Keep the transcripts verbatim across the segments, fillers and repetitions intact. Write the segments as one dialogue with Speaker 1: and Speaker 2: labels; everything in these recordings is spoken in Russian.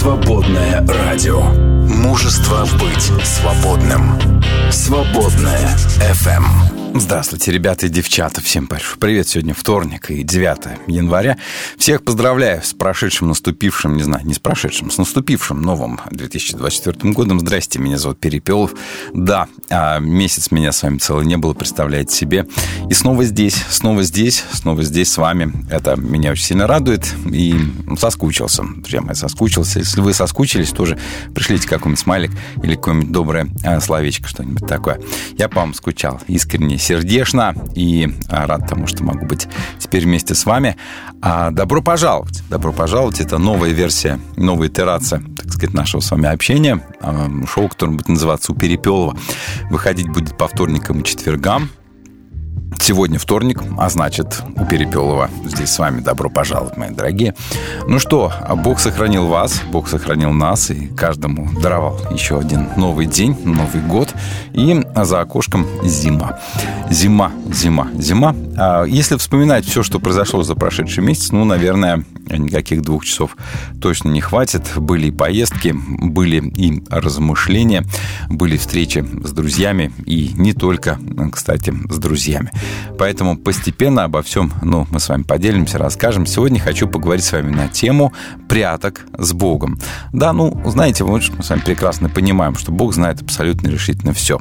Speaker 1: Свободное радио. Мужество быть свободным. Свободное эф эм.
Speaker 2: Здравствуйте, ребята и девчата. Всем большой привет. Сегодня вторник и девятое января. Всех поздравляю с прошедшим, наступившим, не знаю, не с прошедшим, с наступившим новым две тысячи двадцать четвёртым годом. Здрасте, меня зовут Перепелов. Да, месяц меня с вами целый не было, представляете себе. И снова здесь, снова здесь, снова здесь с вами. Это меня очень сильно радует. И соскучился, друзья мои, соскучился. Если вы соскучились, тоже пришлите какой-нибудь смайлик или какое-нибудь доброе словечко, что-нибудь такое. Я по вам скучал искренне, сердечно и рад тому, что могу быть теперь вместе с вами. Добро пожаловать! Добро пожаловать! Это новая версия, новая итерация, так сказать, нашего с вами общения. Шоу, которое будет называться «У Перепелова». Выходить будет по вторникам и четвергам. Сегодня вторник, а значит, у Перепелова здесь с вами добро пожаловать, мои дорогие. Ну что, Бог сохранил вас, Бог сохранил нас, и каждому даровал еще один новый день, Новый год, и за окошком зима. Зима, зима, зима. Если вспоминать все, что произошло за прошедший месяц, ну, наверное, никаких двух часов точно не хватит. Были и поездки, были и размышления, были встречи с друзьями, и не только, кстати, с друзьями. Поэтому постепенно обо всем, ну, мы с вами поделимся, расскажем. Сегодня хочу поговорить с вами на тему пряток с Богом. Да, ну, знаете, мы с вами прекрасно понимаем, что Бог знает абсолютно решительно все.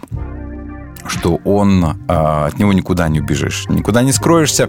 Speaker 2: Что он, от него никуда не убежишь, никуда не скроешься.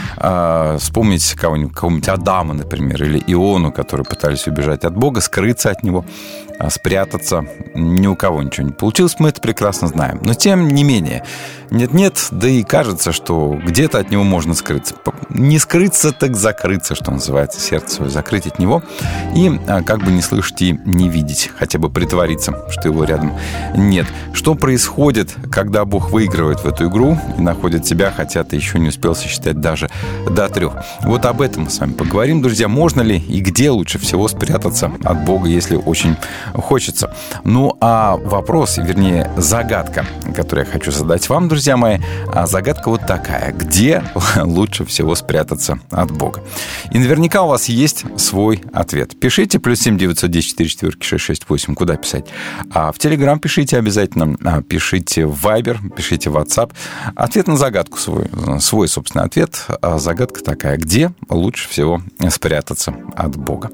Speaker 2: Вспомните кого-нибудь, кого-нибудь Адама, например, или Иону, которые пытались убежать от Бога, скрыться от него, спрятаться. Ни у кого ничего не получилось, мы это прекрасно знаем. Но тем не менее, нет-нет, да и кажется, что где-то от него можно скрыться. Не скрыться, так закрыться, что называется, сердце свое закрыть от него и как бы не слышать и не видеть, хотя бы притвориться, что его рядом нет. Что происходит, когда Бог выигрывает в эту игру и находит тебя, хотя ты еще не успел сосчитать даже до трех? Вот об этом мы с вами поговорим, друзья. Можно ли и где лучше всего спрятаться от Бога, если очень хочется? Ну, а вопрос, вернее, загадка, которую я хочу задать вам, друзья мои, а загадка вот такая. Где лучше всего спрятаться от Бога? И наверняка у вас есть свой ответ. Пишите плюс семь девятьсот десять четыре четыре шесть шесть восемь. Куда писать? А в Телеграм пишите обязательно. А пишите в Вайбер, пишите в WhatsApp. Ответ на загадку свой. Свой, собственно, ответ. А загадка такая. Где лучше всего спрятаться от Бога?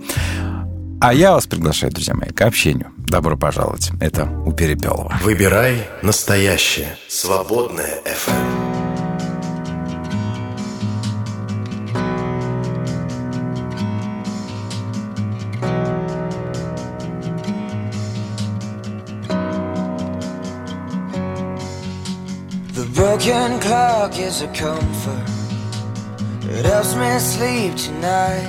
Speaker 2: А я вас приглашаю, друзья мои, к общению. Добро пожаловать. Это у Перепелова.
Speaker 1: Выбирай настоящее. Свободное эф эм.
Speaker 3: The broken clock is a comfort. It helps me sleep tonight.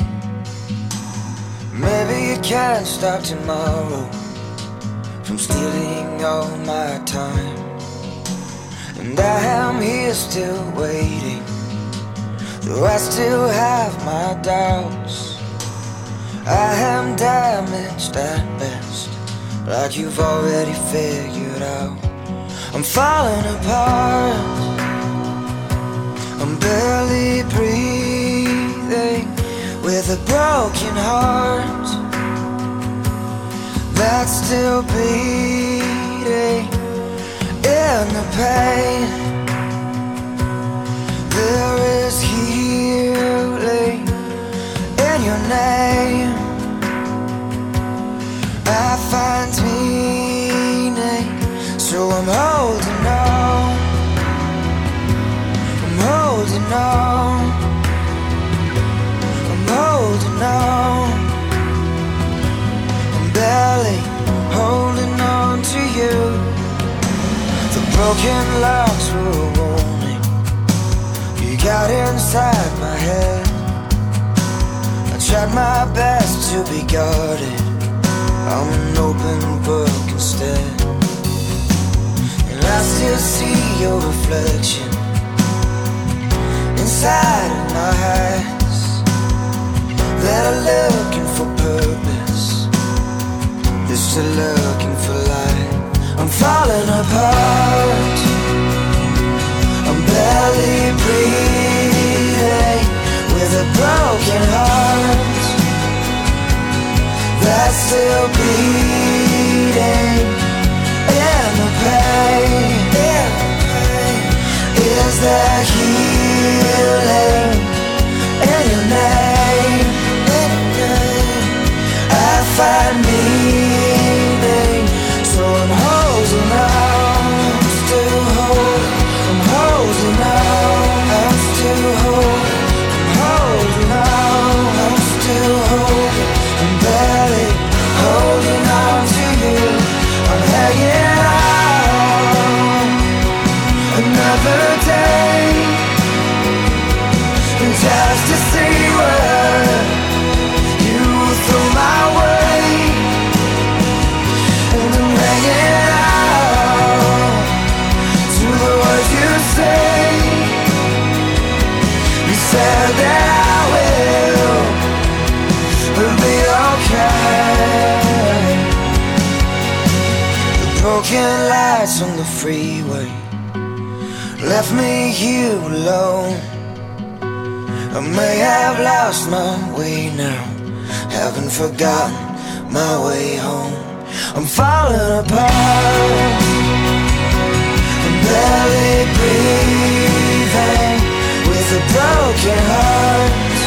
Speaker 3: Maybe you can't stop tomorrow from stealing all my time. And I am here still waiting, though I still have my doubts. I am damaged at best, like you've already figured out. I'm falling apart, I'm barely breathing, with a broken heart that's still bleeding. In the pain there is healing. In your name I find meaning. So I'm holding on, I'm holding on, I'm holding on. I'm barely holding on to you. The broken locks were a warning. You got inside my head. I tried my best to be guarded. I'm an open book instead. And I still see your reflection inside of my eyes that are looking for purpose. They're still looking for light. I'm falling apart, I'm barely breathing, with a broken heart that's still bleeding in the pain. Is there healing in your name? I find meaning, so I'm holding on, still holding. I'm holding on, I'm still holding. I'm holding on, I'm still holding. I'm barely holding on to you. I'm hanging on another day, just to see what you throw my way. And I'm hanging on to the words you say. You said that I will, will be okay. The broken lights on the freeway left me here alone. I may have lost my way now, haven't forgotten my way home. I'm falling apart, I'm barely breathing, with a broken heart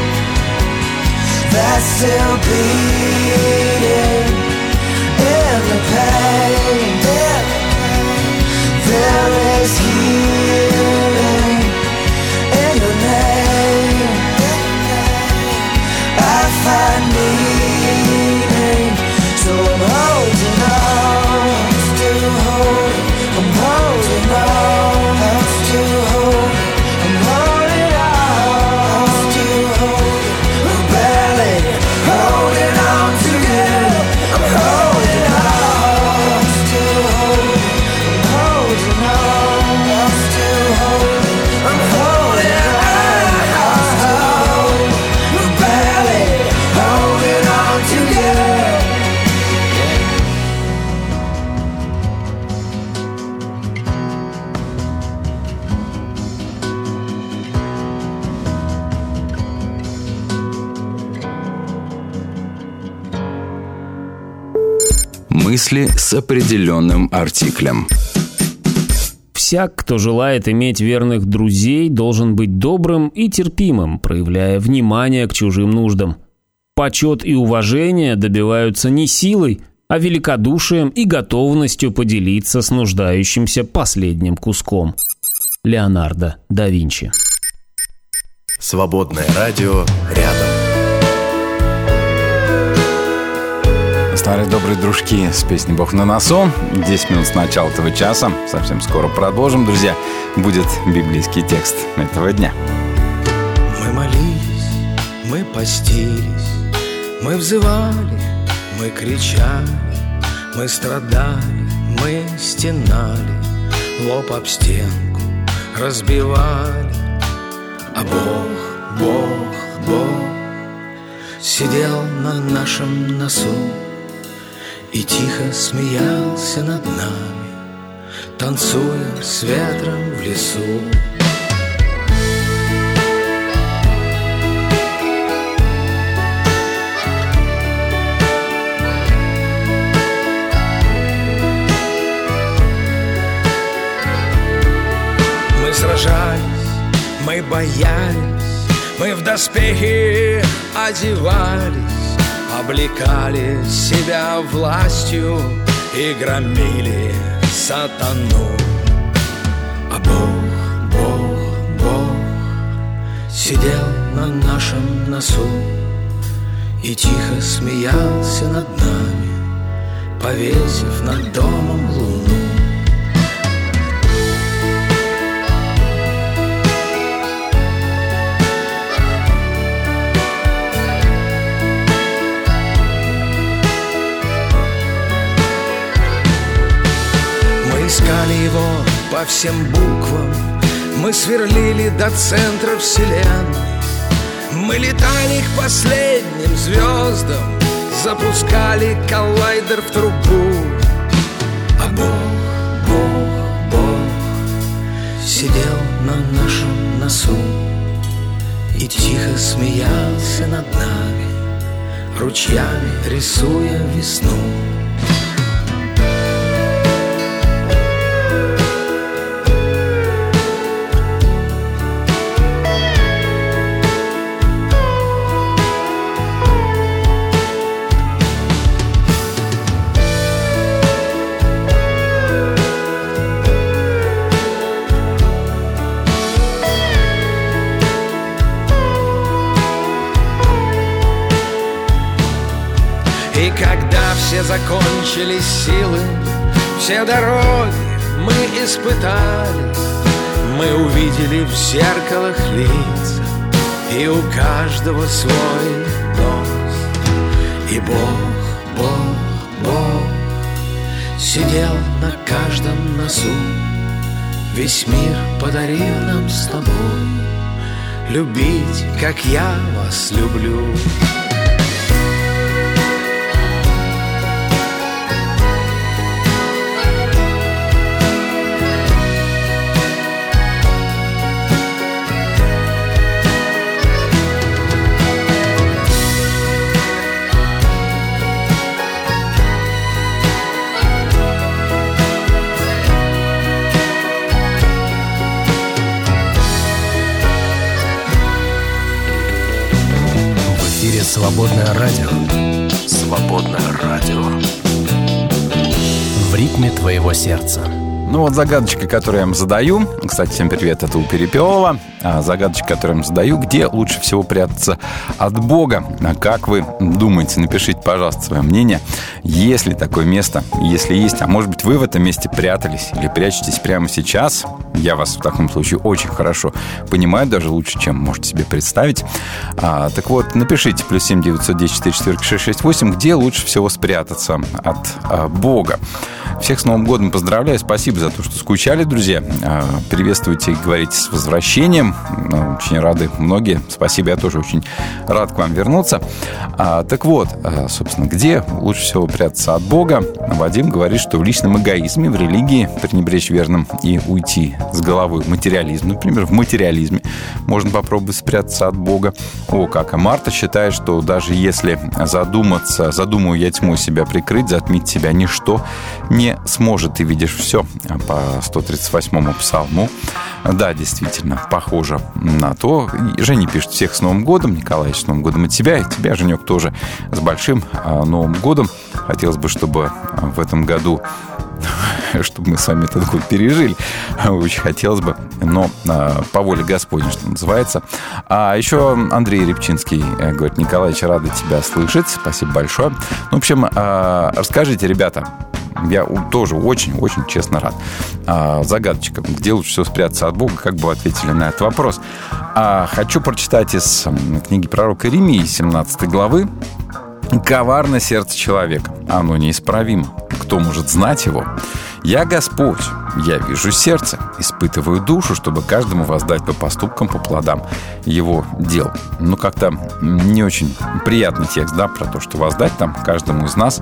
Speaker 3: that's still bleeding in the pain. There is healing in your name. I find meaning, so I'm holding on, still holding. I'm holding on, I'm still holding. I'm holding on, I'm still holding. I'm barely holding on to you. I'm holding on, I'm still holding. I'm holding on, I'm still holding. I'm holding on, I'm still holding. I'm barely holding on to you.
Speaker 2: Мысли с определенным артиклем.
Speaker 4: Всяк, кто желает иметь верных друзей, должен быть добрым и терпимым, проявляя внимание к чужим нуждам. Почет и уважение добиваются не силой, а великодушием и готовностью поделиться с нуждающимся последним куском. Леонардо да Винчи.
Speaker 1: Свободное радио рядом.
Speaker 2: Старые добрые дружки с песней «Бог на носу». десять минут с начала этого часа. Совсем скоро продолжим, друзья. Будет библейский текст этого дня.
Speaker 5: Мы молились, мы постились, мы взывали, мы кричали, мы страдали, мы стенали, лоб об стенку разбивали. А Бог, Бог, Бог сидел на нашем носу и тихо смеялся над нами, танцуя с ветром в лесу. Мы сражались, мы боялись, мы в доспехи одевались, облекали себя властью и громили сатану. А Бог, Бог, Бог сидел на нашем носу и тихо смеялся над нами, повесив над домом луну. Искали его по всем буквам, мы сверлили до центра вселенной, мы летали к последним звездам, запускали коллайдер в трубу. А Бог, Бог, Бог сидел на нашем носу и тихо смеялся над нами, ручьями рисуя весну. И когда все закончились силы, все дороги мы испытали, мы увидели в зеркалах лица, и у каждого свой нос. И Бог, Бог, Бог сидел на каждом носу, весь мир подарил нам с тобой любить, как я вас люблю.
Speaker 6: Свободное радио.
Speaker 1: Свободное радио.
Speaker 6: В ритме твоего сердца.
Speaker 2: Ну вот загадочка, которую я вам задаю. Кстати, всем привет, это у Перепелова. Загадочка, которую я вам задаю: где лучше всего прятаться от Бога? Как вы думаете? Напишите, пожалуйста, свое мнение. Есть ли такое место? Если есть, а может быть, вы в этом месте прятались или прячетесь прямо сейчас? Я вас в таком случае очень хорошо понимаю, даже лучше, чем можете себе представить. а, Так вот, напишите: плюс семь девятьсот десять четыре четыре шесть шесть восемь, где лучше всего спрятаться от а, Бога. Всех с Новым годом поздравляю. Спасибо за то, что скучали, друзья. Приветствуйте и говорите с возвращением. Очень рады многие. Спасибо, я тоже очень рад к вам вернуться. Так вот, собственно, где лучше всего прятаться от Бога? Вадим говорит, что в личном эгоизме, в религии, пренебречь верным и уйти с головой в материализм. Например, в материализме можно попробовать спрятаться от Бога. О, как. А Марта считает, что даже если задуматься, задумаю я тьму себя прикрыть, затмить себя ничто не сможет. Ты видишь все, по сто тридцать восьмому псалму. Да, действительно, похоже на то. Женя пишет: всех с Новым годом. Николай, с Новым годом от тебя. И тебя, Женек, тоже с большим Новым годом. Хотелось бы, чтобы в этом году, чтобы мы с вами этот год пережили. Очень хотелось бы, но по воле Господней, что называется. А еще Андрей Рябчинский говорит: Николаевич, рада тебя слышать. Спасибо большое. Ну, в общем, расскажите, ребята, я тоже очень-очень честно рад. А, загадочка: где лучше всего спрятаться от Бога? Как бы вы ответили на этот вопрос? А, хочу прочитать из книги пророка Иеремии, семнадцатой главы. «Коварно сердце человека, оно неисправимо. Кто может знать его? Я Господь, я вижу сердце, испытываю душу, чтобы каждому воздать по поступкам, по плодам его дел». Ну, как-то не очень приятный текст, да, про то, что воздать там каждому из нас.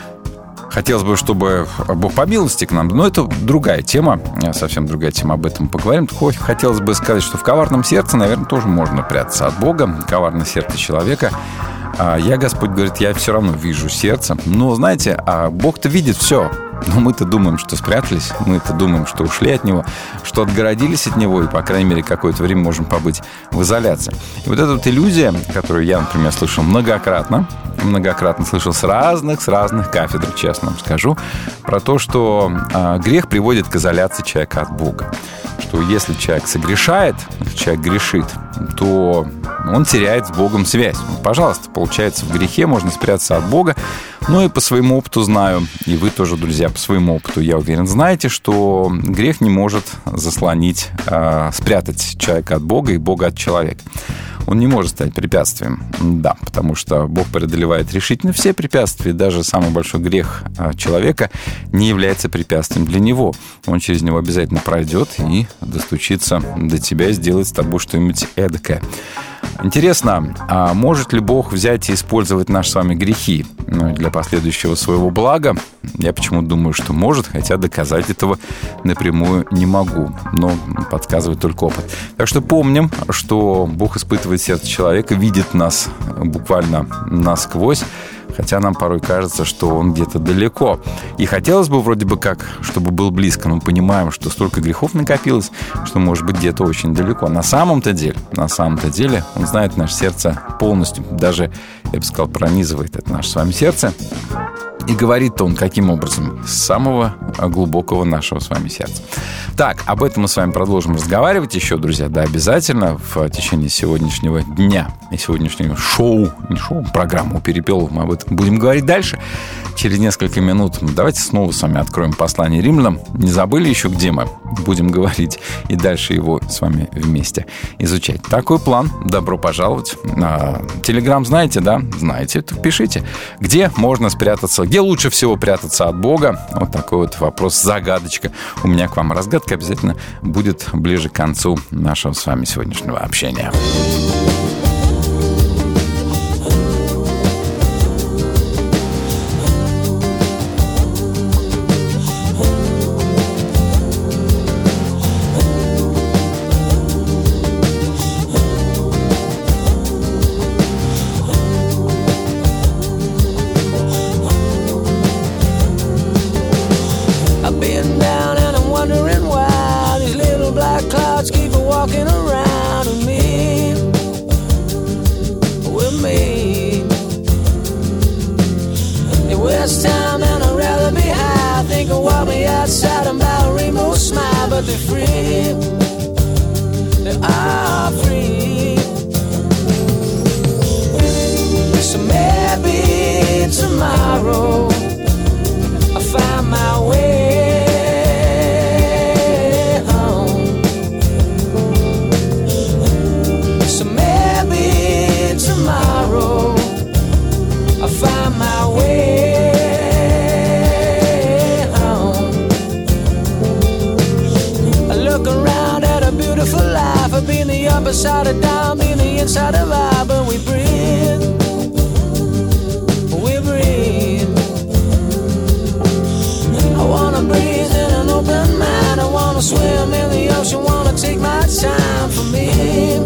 Speaker 2: Хотелось бы, чтобы Бог по милости к нам, но это другая тема, совсем другая тема, об этом поговорим. Хотелось бы сказать, что в коварном сердце, наверное, тоже можно прятаться от Бога. Коварное сердце человека. Я, Господь, говорит, я все равно вижу сердце. Но, знаете, Бог-то видит все. Но мы-то думаем, что спрятались, мы-то думаем, что ушли от Него, что отгородились от Него и, по крайней мере, какое-то время можем побыть в изоляции. И вот эта вот иллюзия, которую я, например, слышал многократно, многократно слышал с разных, с разных кафедр, честно вам скажу, про то, что а, грех приводит к изоляции человека от Бога. Что если человек согрешает, если человек грешит, то он теряет с Богом связь. Ну, пожалуйста, получается, в грехе можно спрятаться от Бога. Ну и по своему опыту знаю, и вы тоже, друзья, по своему опыту, я уверен, знаете, что грех не может заслонить, э, спрятать человека от Бога и Бога от человека. Он не может стать препятствием, да, потому что Бог преодолевает решительно все препятствия, даже самый большой грех человека не является препятствием для него. Он через него обязательно пройдет и достучится до тебя и сделает с тобой что-нибудь эдакое. Интересно, а может ли Бог взять и использовать наши с вами грехи для последующего своего блага? Я почему-то думаю, что может, хотя доказать этого напрямую не могу, но подсказывает только опыт. Так что помним, что Бог испытывает сердце человека, видит нас буквально насквозь, хотя нам порой кажется, что он где-то далеко. И хотелось бы вроде бы как, чтобы был близко, но понимаем, что столько грехов накопилось, что может быть где-то очень далеко. На самом-то деле, на самом-то деле он знает наше сердце полностью, даже, я бы сказал, пронизывает это наше с вами сердце. И говорит-то он каким образом? С самого глубокого нашего с вами сердца. Так, об этом мы с вами продолжим разговаривать еще, друзья, да, обязательно в течение сегодняшнего дня и сегодняшнего шоу, не шоу, программу «Перепелов», мы об этом будем говорить дальше. Через несколько минут давайте снова с вами откроем послание римлянам. Не забыли еще, где мы будем говорить, и дальше его с вами вместе изучать. Такой план. Добро пожаловать. Телеграм знаете, да? Знаете, так пишите. Где можно спрятаться? Где лучше всего прятаться от Бога? Вот такой вот вопрос, загадочка. У меня к вам разгадка обязательно будет ближе к концу нашего с вами сегодняшнего общения.
Speaker 7: Side of down, being the inside of I, but we breathe, we breathe. I wanna breathe in an open mind. I wanna swim in the ocean, wanna take my time for me.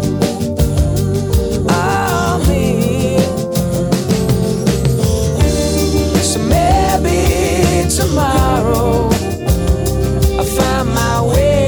Speaker 7: Oh, me. So maybe tomorrow I'll find my way.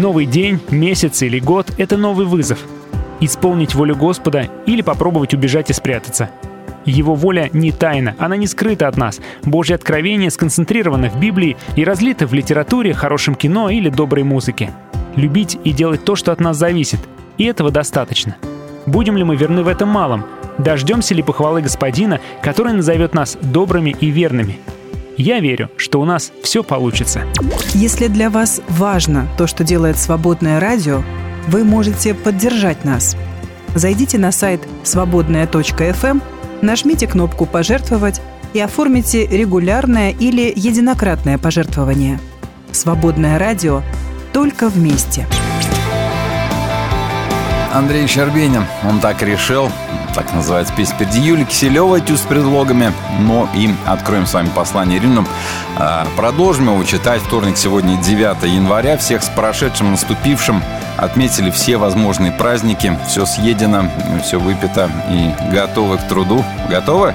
Speaker 8: Новый день, месяц или год — это новый вызов. Исполнить волю Господа или попробовать убежать и спрятаться. Его воля не тайна, она не скрыта от нас. Божье откровение сконцентрировано в Библии и разлито в литературе, хорошем кино или доброй музыке. Любить и делать то, что от нас зависит. И этого достаточно. Будем ли мы верны в этом малом? Дождемся ли похвалы Господина, который назовет нас добрыми и верными? Я верю, что у нас все получится.
Speaker 9: Если для вас важно то, что делает Свободное радио, вы можете поддержать нас. Зайдите на сайт свободная точка эф эм, нажмите кнопку «Пожертвовать» и оформите регулярное или единократное пожертвование. Свободное радио только вместе.
Speaker 2: Андрей Щербинин, он так решил. Так называется песня впереди. Юлия Киселева, «Тюз с предлогами». Но и откроем с вами послание римлянам. Продолжим его читать. Вторник, сегодня девятое января. Всех с прошедшим, наступившим. Отметили все возможные праздники. Все съедено, все выпито и готовы к труду. Готовы?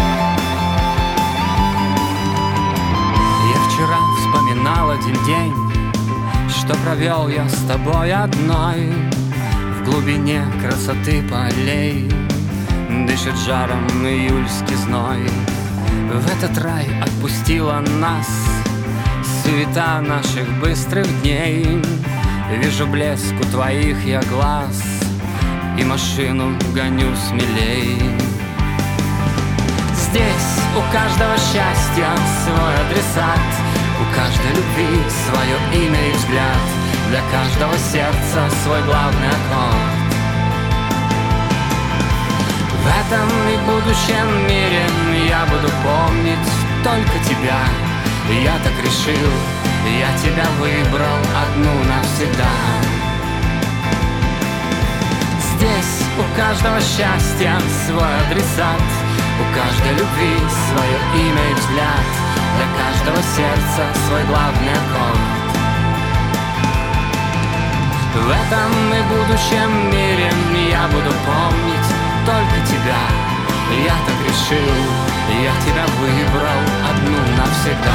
Speaker 10: Я вчера вспоминал один день, что провел я с тобой одной в глубине красоты полей. Дышит жаром июльский зной. В этот рай отпустила нас суета наших быстрых дней. Вижу блеск у твоих я глаз и машину гоню смелей. Здесь у каждого счастья свой адресат, у каждой любви свое имя и взгляд, для каждого сердца свой главный аккорд. В этом и будущем мире я буду помнить только тебя. Я так решил, я тебя выбрал одну навсегда. Здесь у каждого счастья свой адресат, у каждой любви свое имя и взгляд, для каждого сердца свой главный аккорд. В этом и будущем мире я буду помнить только тебя. Я так решил, я тебя выбрал одну навсегда.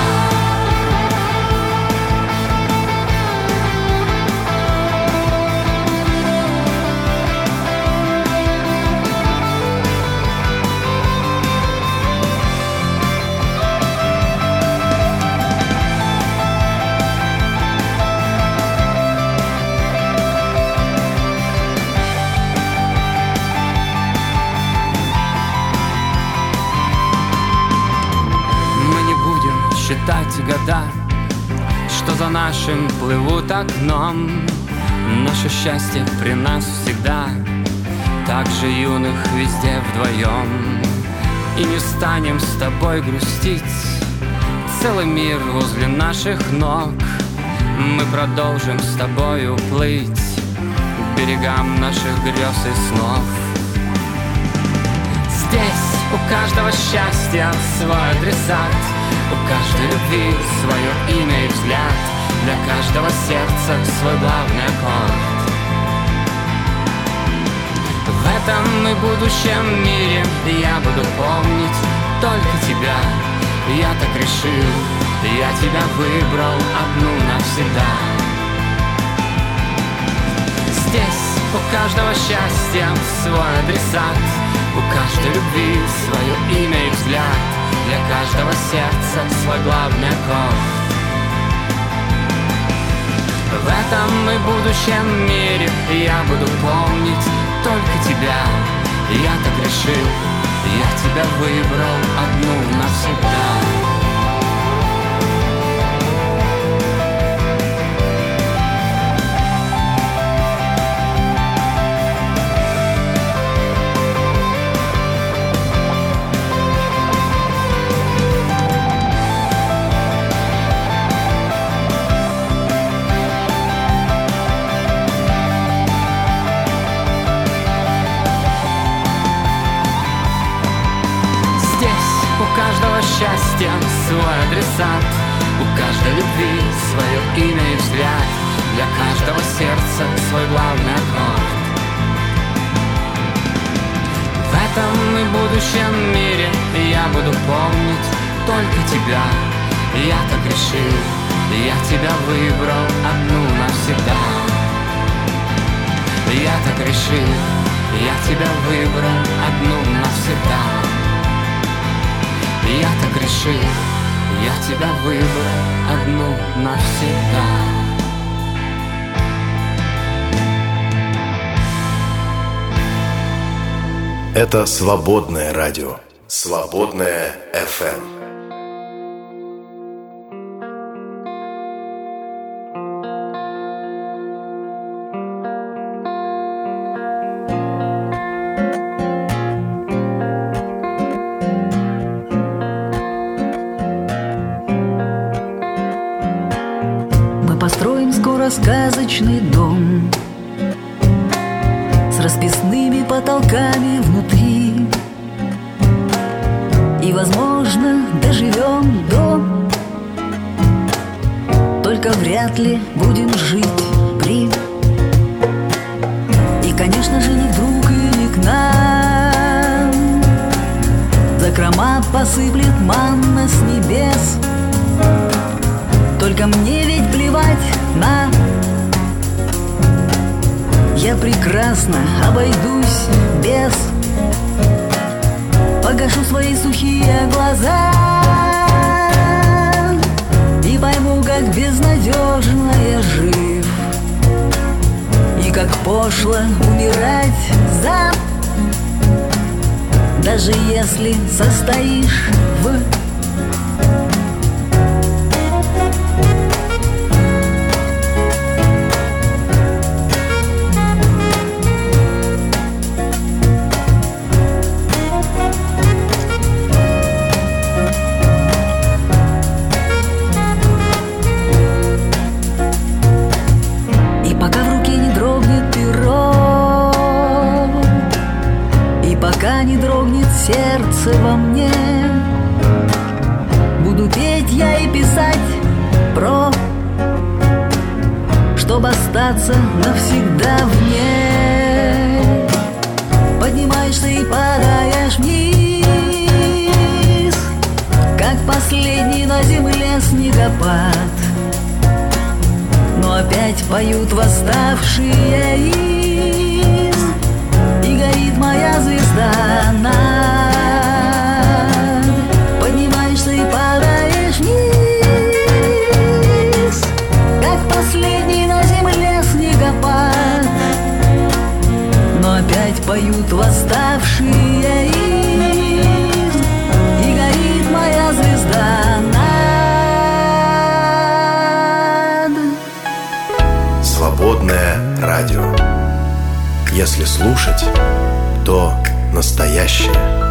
Speaker 10: Считать года, что за нашим плывут окном. Наше счастье при нас всегда, так же юных везде вдвоем. И не станем с тобой грустить, целый мир возле наших ног. Мы продолжим с тобою плыть к берегам наших грез и снов. Здесь у каждого счастья свой адресат, у каждой любви свое имя и взгляд, для каждого сердца свой главный аккорд. В этом и будущем мире я буду помнить только тебя. Я так решил, я тебя выбрал одну навсегда. Здесь у каждого счастья свой адресат, у каждой любви свое имя и взгляд, для каждого сердца свой главный аккорд. В этом и будущем мире я буду помнить только тебя. Я так решил, я тебя выбрал одну навсегда. Счастья свой адресат, у каждой любви свое имя и взгляд, для каждого сердца свой главный аккорд. В этом и будущем мире я буду помнить только тебя. Я так решил, Я тебя выбрал одну навсегда. Я так решил, я тебя выбрал одну навсегда. Я так решил, я тебя выбрал одну навсегда.
Speaker 1: Это свободное радио. Свободное эф эм.
Speaker 11: Построим скоро сказочный дом с расписными потолками внутри. И, возможно, доживем до, только вряд ли будем жить при. И, конечно же, не вдруг и не к нам закрома посыплет манна с небес. Только мне ведь плевать на. Я прекрасно обойдусь без. Погашу свои сухие глаза и пойму, как безнадежно я жив, и как пошло умирать за. Даже если состоишь в. Сердце во мне, буду петь я и писать про, чтобы остаться навсегда в ней. Поднимаешься и падаешь вниз, как последний на земле снегопад. Но опять поют восставшие из, и горит моя звезда над. Поднимаешься и падаешь вниз, как последний на земле снегопад. Но опять поют восставшие из, и горит моя звезда над.
Speaker 1: Свободное радио. Если слушать, то настоящее.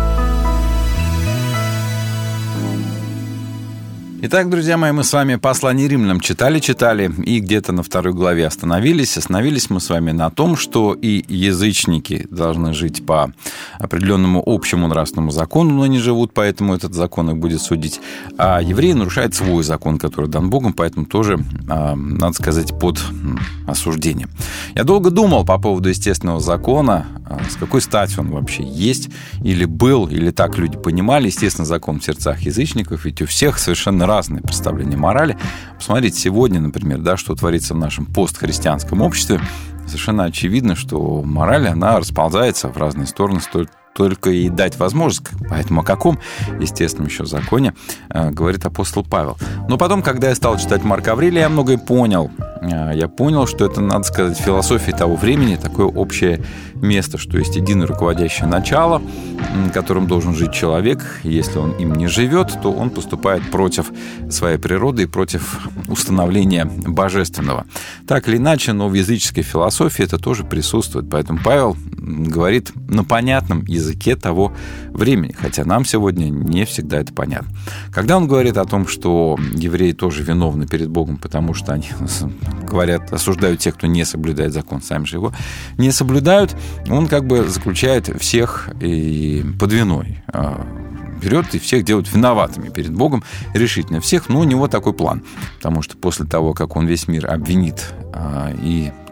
Speaker 2: Итак, друзья мои, мы с вами послание римлянам читали-читали и где-то на второй главе остановились. Остановились мы с вами на том, что и язычники должны жить по определенному общему нравственному закону, но они живут, поэтому этот закон их будет судить. А евреи нарушают свой закон, который дан Богом, поэтому тоже, надо сказать, под осуждением. Я долго думал по поводу естественного закона, с какой стати он вообще есть, или был, или так люди понимали. Естественно, закон в сердцах язычников, ведь у всех совершенно разные представления о морали. Посмотрите, сегодня, например, да, что творится в нашем постхристианском обществе. Совершенно очевидно, что мораль, она расползается в разные стороны, столь только и дать возможность. Поэтому о каком, естественно, еще законе э, говорит апостол Павел. Но потом, когда я стал читать Марка Аврелия, я многое понял. Э, я понял, что это, надо сказать, философия того времени, такое общее место, что есть единое руководящее начало, которым должен жить человек. Если он им не живет, то он поступает против своей природы и против установления божественного. Так или иначе, но в языческой философии это тоже присутствует. Поэтому Павел говорит на понятном языке языке того времени, хотя нам сегодня не всегда это понятно. Когда он говорит о том, что евреи тоже виновны перед Богом, потому что они говорят, осуждают тех, кто не соблюдает закон, сами же его не соблюдают, он как бы заключает всех и под виной. Берет и всех делает виноватыми перед Богом, решительно всех, но у него такой план, потому что после того, как он весь мир обвинит и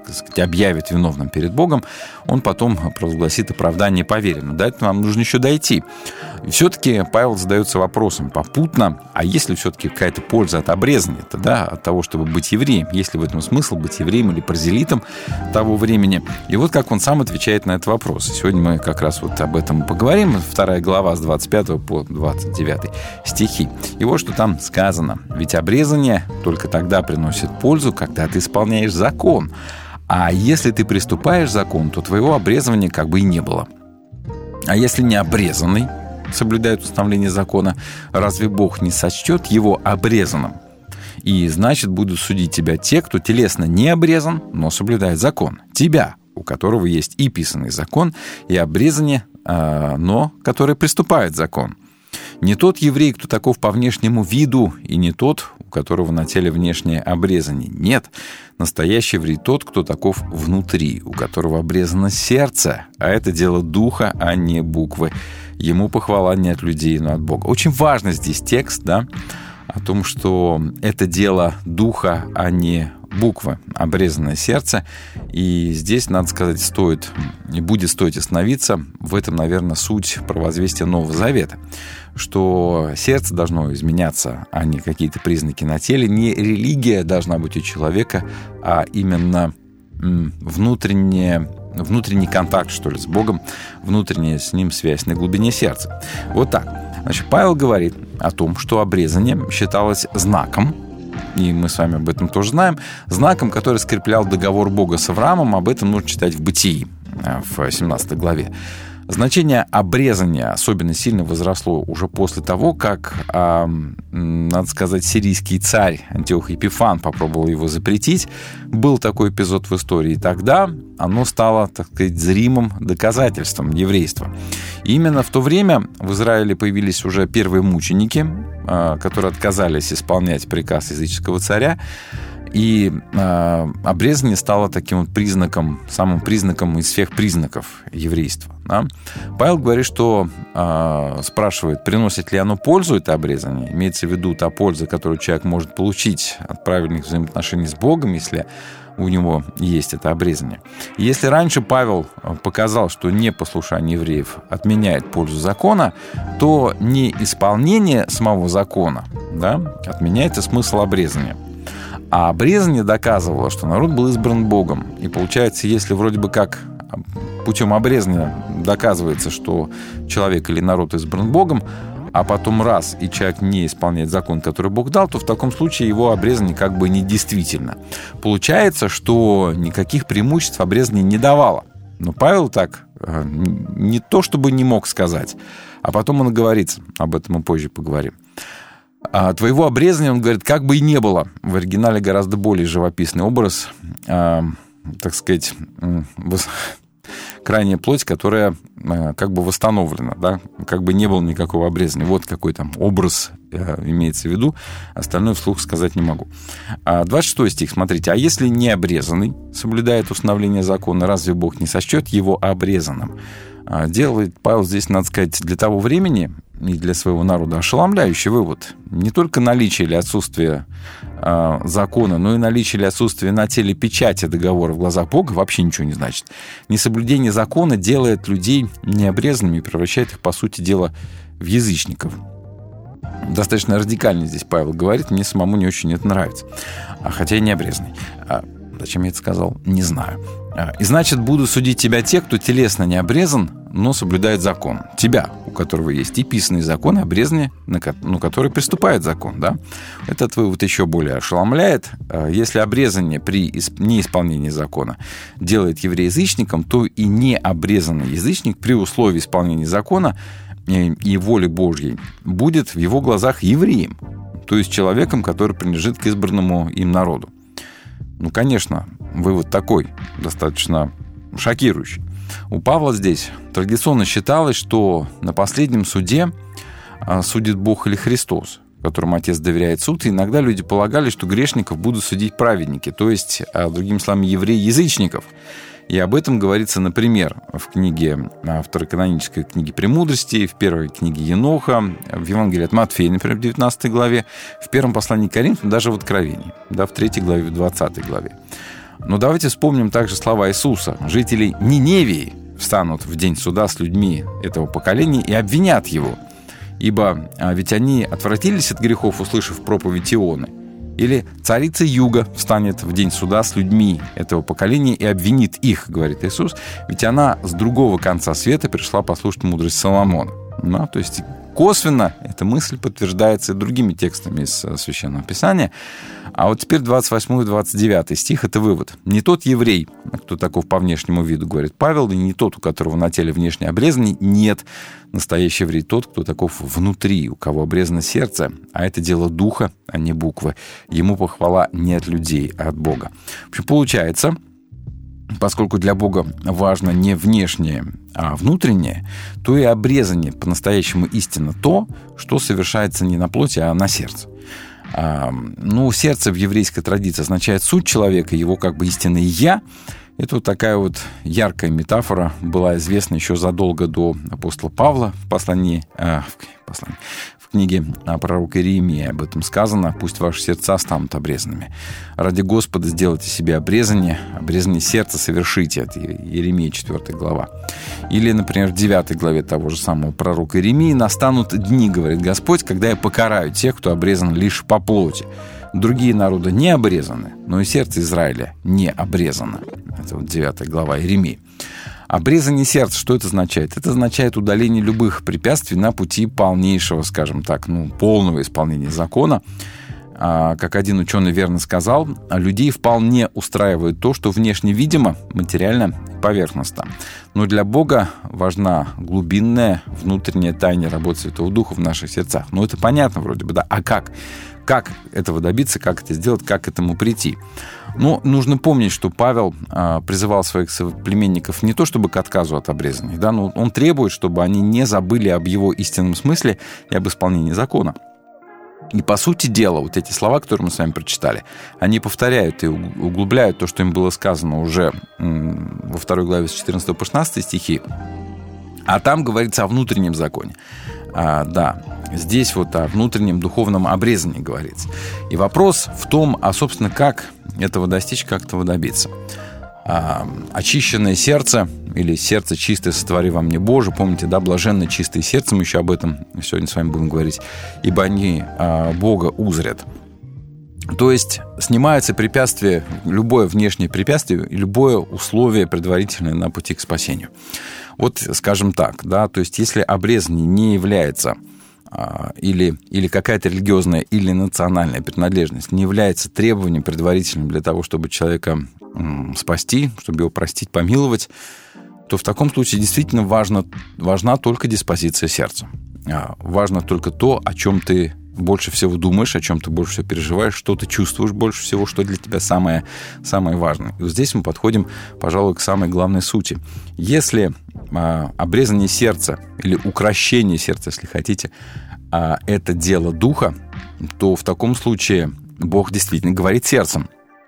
Speaker 2: так сказать, объявит виновным перед Богом, он потом провозгласит оправдание по вере. Но до этого нам нужно еще дойти. И все-таки Павел задается вопросом попутно, а есть ли все-таки какая-то польза от обрезания-то, да, от того, чтобы быть евреем? Есть ли в этом смысл быть евреем или прозелитом того времени? И вот как он сам отвечает на этот вопрос. И сегодня мы как раз вот об этом поговорим. Вторая глава с двадцать пятого по двадцать девятый стихи. И вот что там сказано. «Ведь обрезание только тогда приносит пользу, когда ты исполняешь закон. А если ты приступаешь к закону, то твоего обрезывания как бы и не было. А если не обрезанный соблюдает установление закона, разве Бог не сочтет его обрезанным? И значит, будут судить тебя те, кто телесно не обрезан, но соблюдает закон. Тебя, у которого есть и писанный закон, и обрезание, но который приступает закон. Не тот еврей, кто таков по внешнему виду, и не тот, у которого на теле внешнее обрезание. Нет, настоящий еврей тот, кто таков внутри, у которого обрезано сердце, а это дело духа, а не буквы. Ему похвала не от людей, но от Бога». Очень важный здесь текст, да, о том, что это дело духа, а не буквы, обрезанное сердце. И здесь, надо сказать, стоит и будет стоить остановиться. В этом, наверное, суть провозвестия Нового Завета, что сердце должно изменяться, а не какие-то признаки на теле. Не религия должна быть у человека, а именно внутренняя внутренний контакт, что ли, с Богом, внутренняя с Ним связь на глубине сердца. Вот так. Значит, Павел говорит о том, что обрезание считалось знаком, и мы с вами об этом тоже знаем, знаком, который скреплял договор Бога с Авраамом. Об этом нужно читать в Бытии, в семнадцатой главе. Значение обрезания особенно сильно возросло уже после того, как, э, надо сказать, сирийский царь Антиох Епифан попробовал его запретить. Был такой эпизод в истории. И тогда оно стало, так сказать, зримым доказательством еврейства. И именно в то время в Израиле появились уже первые мученики, э, которые отказались исполнять приказ языческого царя. И э, обрезание стало таким вот признаком, самым признаком из всех признаков еврейства. Да? Павел говорит, что э, спрашивает, приносит ли оно пользу, это обрезание. Имеется в виду та польза, которую человек может получить от правильных взаимоотношений с Богом, если у него есть это обрезание. И если раньше Павел показал, что непослушание евреев отменяет пользу закона, то неисполнение самого закона, да, отменяет и смысл обрезания. А обрезание доказывало, что народ был избран Богом. И получается, если вроде бы как путем обрезания доказывается, что человек или народ избран Богом, а потом раз, и человек не исполняет закон, который Бог дал, то в таком случае его обрезание как бы недействительно. Получается, что никаких преимуществ обрезание не давало. Но Павел так не то чтобы не мог сказать, а потом он говорит, об этом мы позже поговорим. А твоего обрезания, он говорит, как бы и не было. В оригинале гораздо более живописный образ, э, так сказать, э, крайняя плоть, которая э, как бы восстановлена, да, как бы не было никакого обрезания. Вот какой там образ э, имеется в виду, остальное вслух сказать не могу. А двадцать шестой стих, смотрите. «А если не обрезанный соблюдает установление закона, разве Бог не сочтет его обрезанным?» Делает Павел здесь, надо сказать, для того времени и для своего народа ошеломляющий вывод. Не только наличие или отсутствие э, закона, но и наличие или отсутствие на теле печати договора в глазах Бога вообще ничего не значит. Несоблюдение закона делает людей необрезанными и превращает их, по сути дела, в язычников. Достаточно радикально здесь Павел говорит, мне самому не очень это нравится. А хотя и не обрезанный. А зачем я это сказал, не знаю. «И значит, будут судить тебя те, кто телесно не обрезан, но соблюдает закон. Тебя, у которого есть и писанный закон, и обрезание, ну, который приступает закон». Да? Этот вывод еще более ошеломляет. Если обрезание при неисполнении закона делает еврея язычником, то и необрезанный язычник при условии исполнения закона и воли Божьей будет в его глазах евреем, то есть человеком, который принадлежит к избранному им народу. Ну, конечно, вывод такой, достаточно шокирующий. У Павла здесь традиционно считалось, что на последнем суде судит Бог или Христос, которому Отец доверяет суд, и иногда люди полагали, что грешников будут судить праведники, то есть, другими словами, евреи-язычников. И об этом говорится, например, в книге, второканонической книге «Премудрости», в первой книге Еноха, в Евангелии от Матфея, например, в девятнадцатой главе, в первом послании к Коринфянам, даже в Откровении, да, в третьей главе, в двадцатой главе. Но давайте вспомним также слова Иисуса. Жители Ниневии встанут в день суда с людьми этого поколения и обвинят его. Ибо ведь они отвратились от грехов, услышав проповедь Ионы. Или царица Юга встанет в день суда с людьми этого поколения и обвинит их, говорит Иисус, ведь она с другого конца света пришла послушать мудрость Соломона. Ну, то есть косвенно эта мысль подтверждается и другими текстами из Священного Писания. А вот теперь двадцать восьмой и двадцать девятый стих — это вывод. «Не тот еврей, кто таков по внешнему виду, говорит Павел, и не тот, у которого на теле внешне обрезание, нет, настоящий еврей тот, кто таков внутри, у кого обрезано сердце, а это дело духа, а не буквы. Ему похвала не от людей, а от Бога». В общем, получается, поскольку для Бога важно не внешнее, а внутреннее, то и обрезание по-настоящему истинно то, что совершается не на плоти, а на сердце. А, ну, сердце в еврейской традиции означает суть человека, его как бы истинное «я». Это вот такая вот яркая метафора была известна еще задолго до апостола Павла в послании, э, в, послании, в книге пророка Иеремии об этом сказано: «Пусть ваши сердца станут обрезанными. Ради Господа сделайте себе обрезание, обрезание сердца совершите». Это Иеремия четвёртая глава. Или, например, в девятой главе того же самого пророка Иеремии: «Настанут дни, говорит Господь, когда я покараю тех, кто обрезан лишь по плоти. Другие народы не обрезаны, но и сердце Израиля не обрезано». Это вот девятая глава Иеремии. Обрезание сердца, что это означает? Это означает удаление любых препятствий на пути полнейшего, скажем так, ну, полного исполнения закона. А, как один ученый верно сказал, людей вполне устраивает то, что внешне видимо, материально и поверхностно. Но для Бога важна глубинная внутренняя тайна работы Святого Духа в наших сердцах. Ну, это понятно вроде бы, да. А как? Как этого добиться, как это сделать, как к этому прийти? Ну, нужно помнить, что Павел а, призывал своих соплеменников не то чтобы к отказу от обрезания, да, но он требует, чтобы они не забыли об его истинном смысле и об исполнении закона. И, по сути дела, вот эти слова, которые мы с вами прочитали, они повторяют и углубляют то, что им было сказано уже во второй главе с четырнадцатого по шестнадцатый стихи. А там говорится о внутреннем законе. А, да, здесь вот о внутреннем духовном обрезании говорится. И вопрос в том, а, собственно, как этого достичь, как этого добиться. А, очищенное сердце или сердце чистое сотвори во мне Боже. Помните, да, блаженное чистое сердце, мы еще об этом сегодня с вами будем говорить. Ибо они а, Бога узрят. То есть снимается препятствие, любое внешнее препятствие, любое условие предварительное на пути к спасению. Вот, скажем так, да, то есть если обрезание не является а, или, или какая-то религиозная или национальная принадлежность не является требованием предварительным для того, чтобы человека м, спасти, чтобы его простить, помиловать, то в таком случае действительно важно, важна только диспозиция сердца. А, важно только то, о чем ты больше всего думаешь, о чем ты больше всего переживаешь, что ты чувствуешь больше всего, что для тебя самое, самое важное. И вот здесь мы подходим, пожалуй, к самой главной сути. Если а, обрезание сердца или укрощение сердца, если хотите, а, это дело духа, то в таком случае Бог действительно говорит сердцем.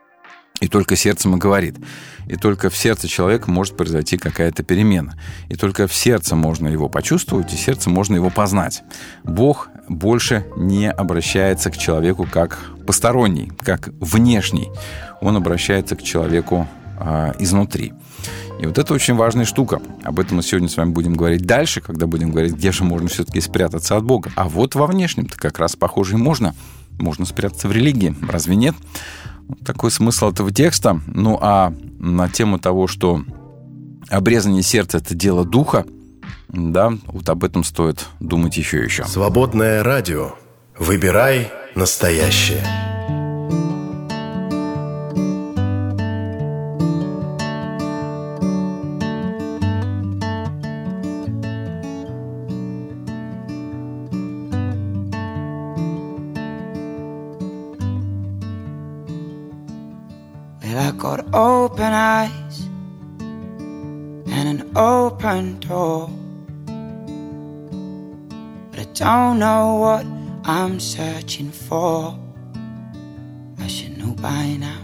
Speaker 2: И только сердцем и говорит. И только в сердце человека может произойти какая-то перемена. И только в сердце можно его почувствовать, и в сердце можно его познать. Бог больше не обращается к человеку как посторонний, как внешний. Он обращается к человеку э, изнутри. И вот это очень важная штука. Об этом мы сегодня с вами будем говорить дальше, когда будем говорить, где же можно все-таки спрятаться от Бога. А вот во внешнем-то как раз, похоже, и можно. Можно спрятаться в религии. Разве нет? Такой смысл этого текста. Ну, а на тему того, что обрезание сердца — это дело духа, да, вот об этом стоит думать еще и еще.
Speaker 1: Свободное радио. Выбирай настоящее.
Speaker 3: I got open eyes and an open door, but I don't know what I'm searching for. I should know by now.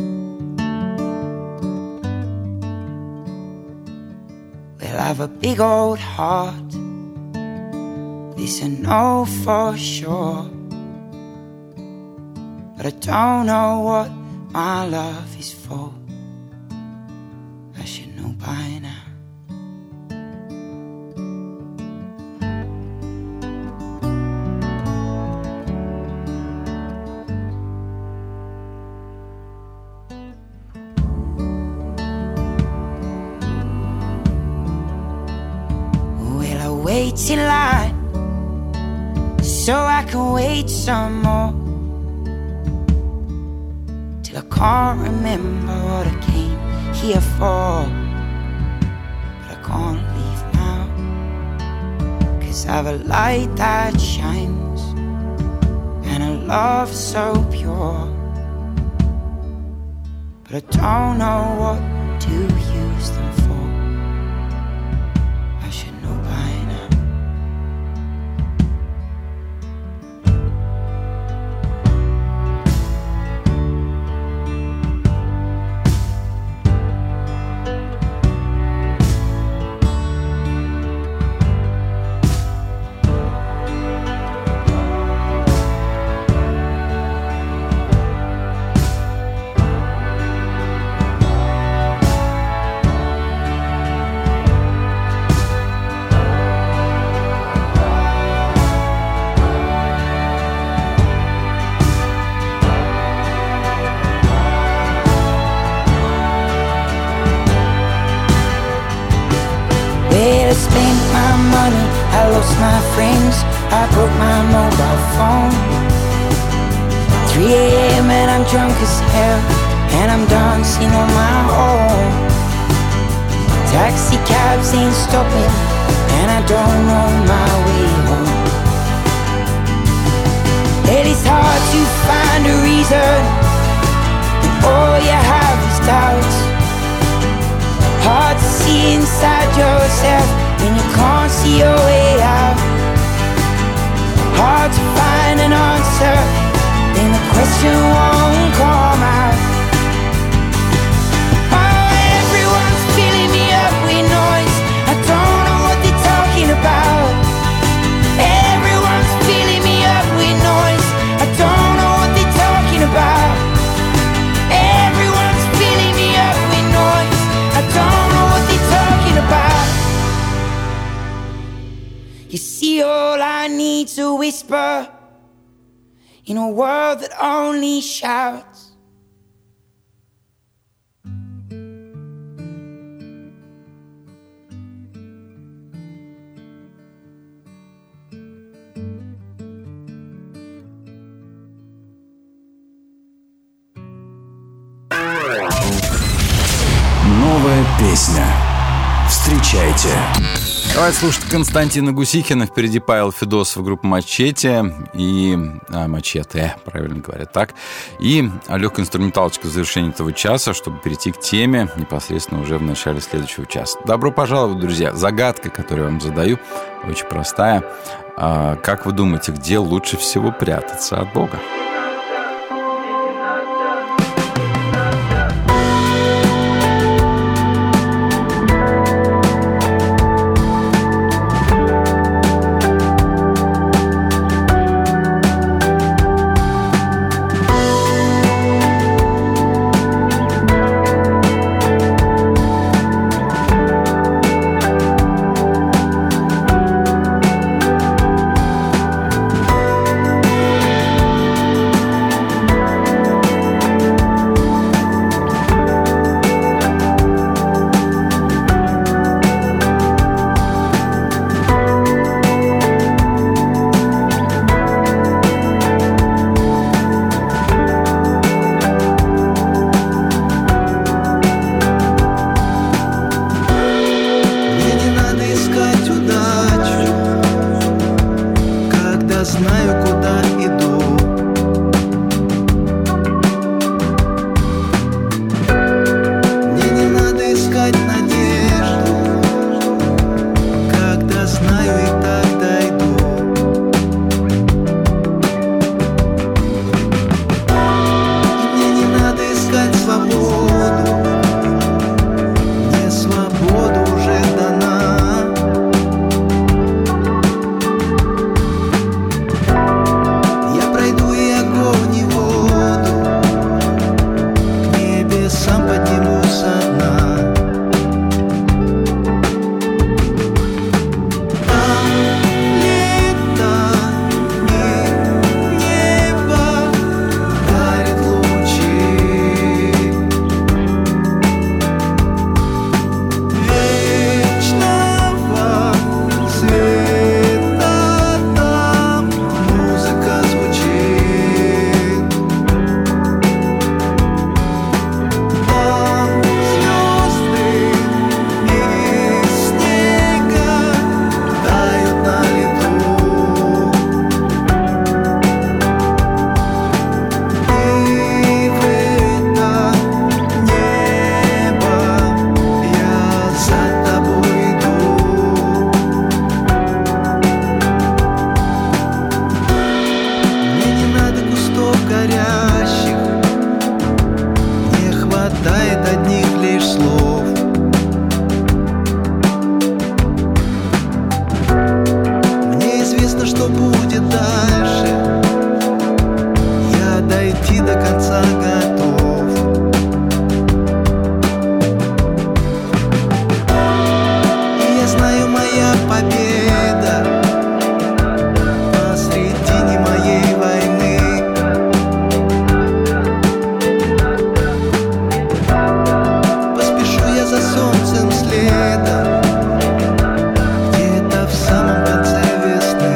Speaker 3: Well, I've a big old heart, this I know for sure, but I don't know what my love is for. by now. Well, I wait in line so I can wait some more, till I can't remember what I came here for. But I can't leave now, 'cause I've a light that shines and a love so pure, but I don't know what to use them for. I should know by now. I spent my money, I lost my friends, I broke my mobile phone. three a.m. and I'm drunk as hell, and I'm dancing on my own. Taxi cabs ain't stopping, and I don't know my way home. It is hard to find a reason, and all you have is doubts. Hard to see inside yourself when you can't see your way out. Hard to find an answer when the question won't come out. Oh, everyone's filling me up with noise, I don't know what they're talking about. Everyone's filling me up with noise, I don't know what they're talking about. Everyone's filling me up with noise, I don't know what they're talking about. You see, all I need's a whisper in a world that only shouts.
Speaker 1: Новая песня. Встречайте.
Speaker 2: Давайте слушать Константина Гусихина. Впереди Павел Федосов, группа «Мачете». И... А, «Мачете», правильно говорят так. И легкая инструменталочка в завершении этого часа, чтобы перейти к теме непосредственно уже в начале следующего часа. Добро пожаловать, друзья. Загадка, которую я вам задаю, очень простая. А, как вы думаете, где лучше всего прятаться от Бога?
Speaker 12: будет дальше. Я дойти до конца готов. И я знаю, моя победа посредине моей войны. Поспешу я за солнцем следом, где-то в самом конце весны.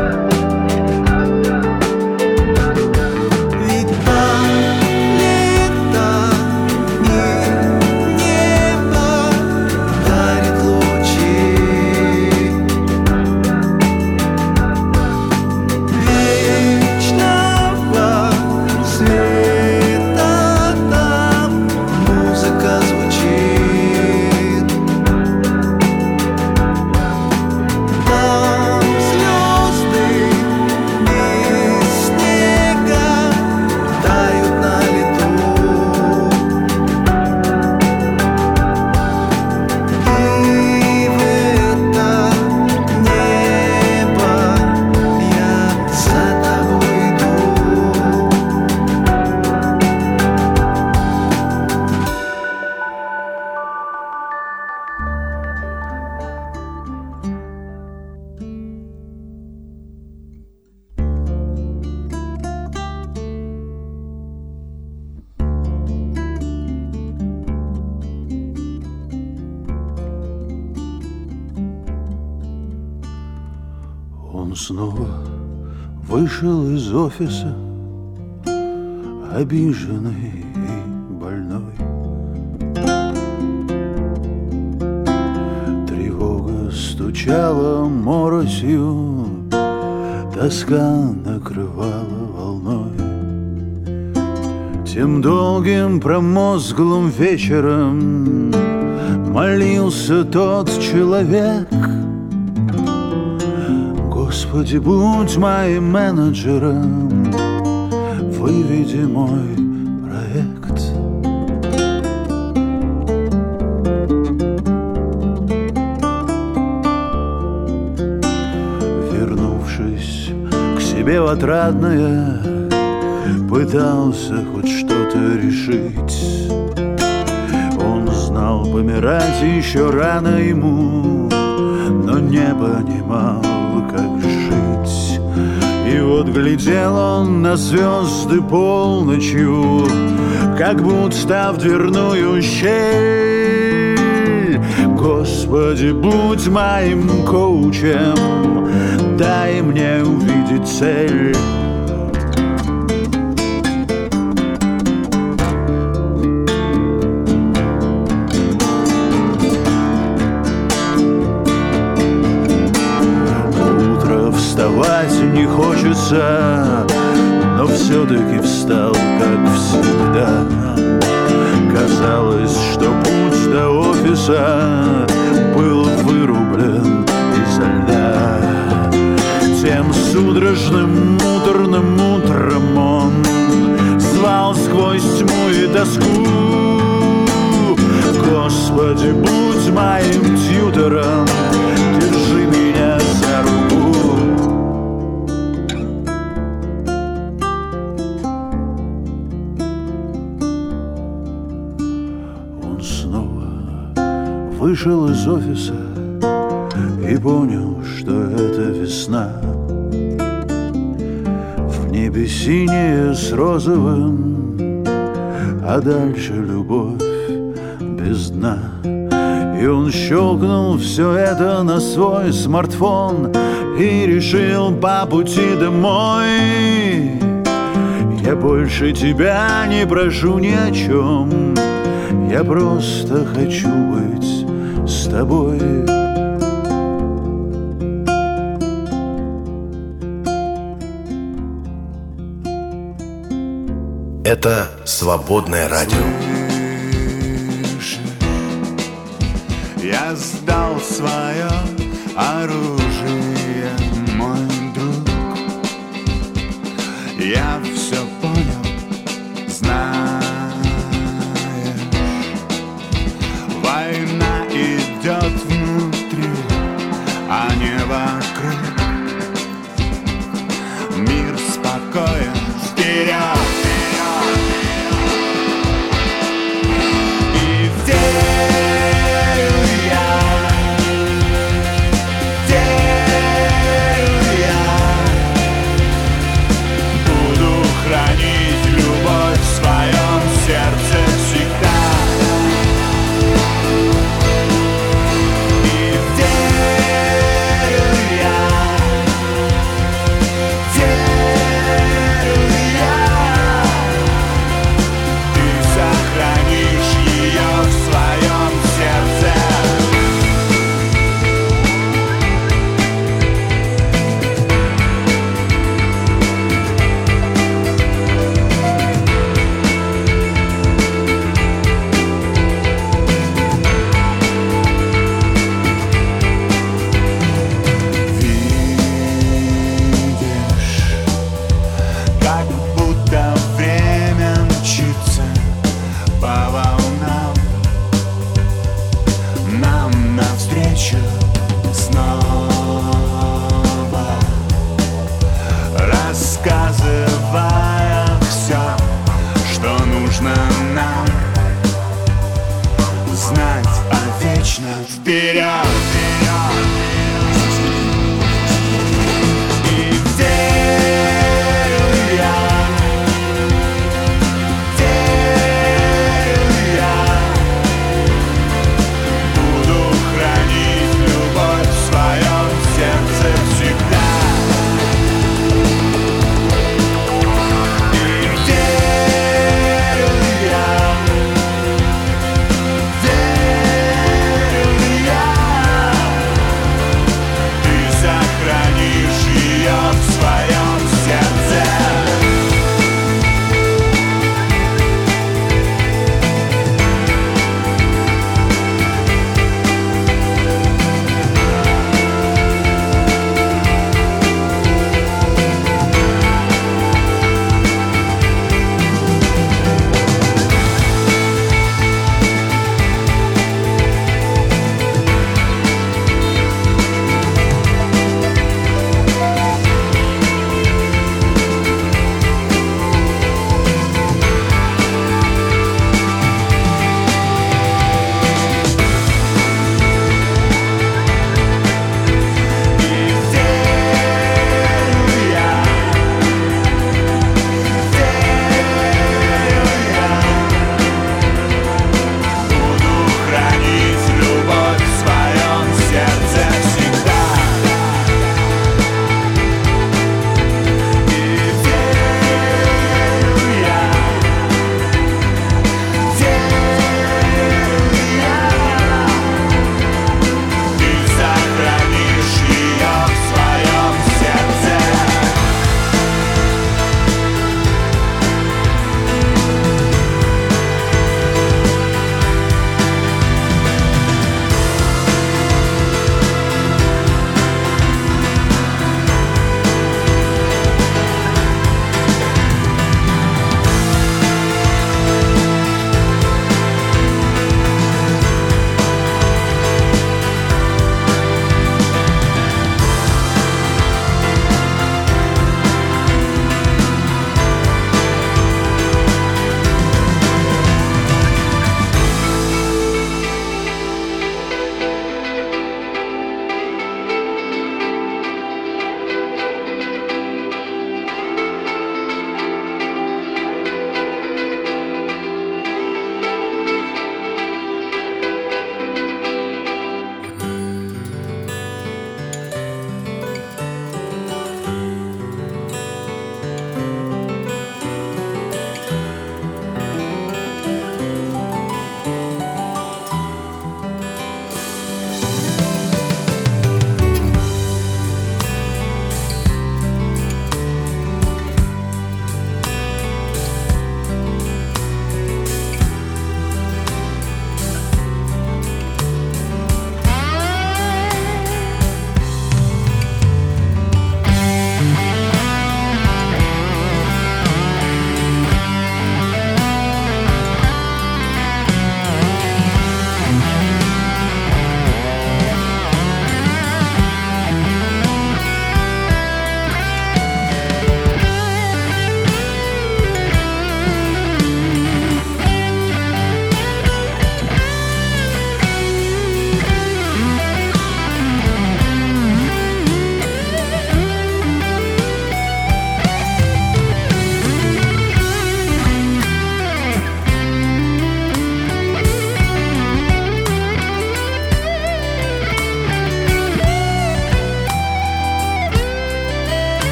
Speaker 12: Ведь там лето и небо дарит лучи вечного света. Там музыка звучит, там звезды из снега тают на лету. И в это небо я за тобой иду.
Speaker 13: Он снова вышел из офиса, обиженный и больной. Тревога стучала моросью, тоска накрывала волной. Тем долгим промозглым вечером молился тот человек: Господи, будь моим менеджером, выведи мой проект. Вернувшись к себе в отрадное, пытался хоть что-то решить. Он знал, помирать еще рано ему, но не понимал, как жить. И вот глядел он на звезды полночью, как будто в дверную щель. Господи, будь моим коучем, дай мне увидеть цель. Вставать не хочется, но все-таки встал, как всегда. Казалось, что путь до офиса был вырублен изо льда. Тем судорожным муторным утром он звал сквозь тьму и тоску: Господи, будь моим тьютором, держи меня за руку. Он снова вышел из офиса и понял, что это весна. В небе синее с розовым, а дальше любовь без дна. И он щелкнул все это на свой смартфон и решил по пути домой: я больше тебя не прошу ни о чем, я просто хочу быть с тобой.
Speaker 6: Это «Свободное радио».
Speaker 12: Я сдал свое оружие, мой друг. Я все понял, знаешь. Война идет внутри, а не вокруг. спокоен. Вперед! И верю я, верю я, буду хранить любовь в своем сердце всегда.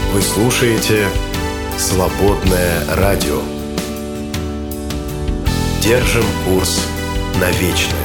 Speaker 6: Вы слушаете «Свободное радио». Держим курс на вечное.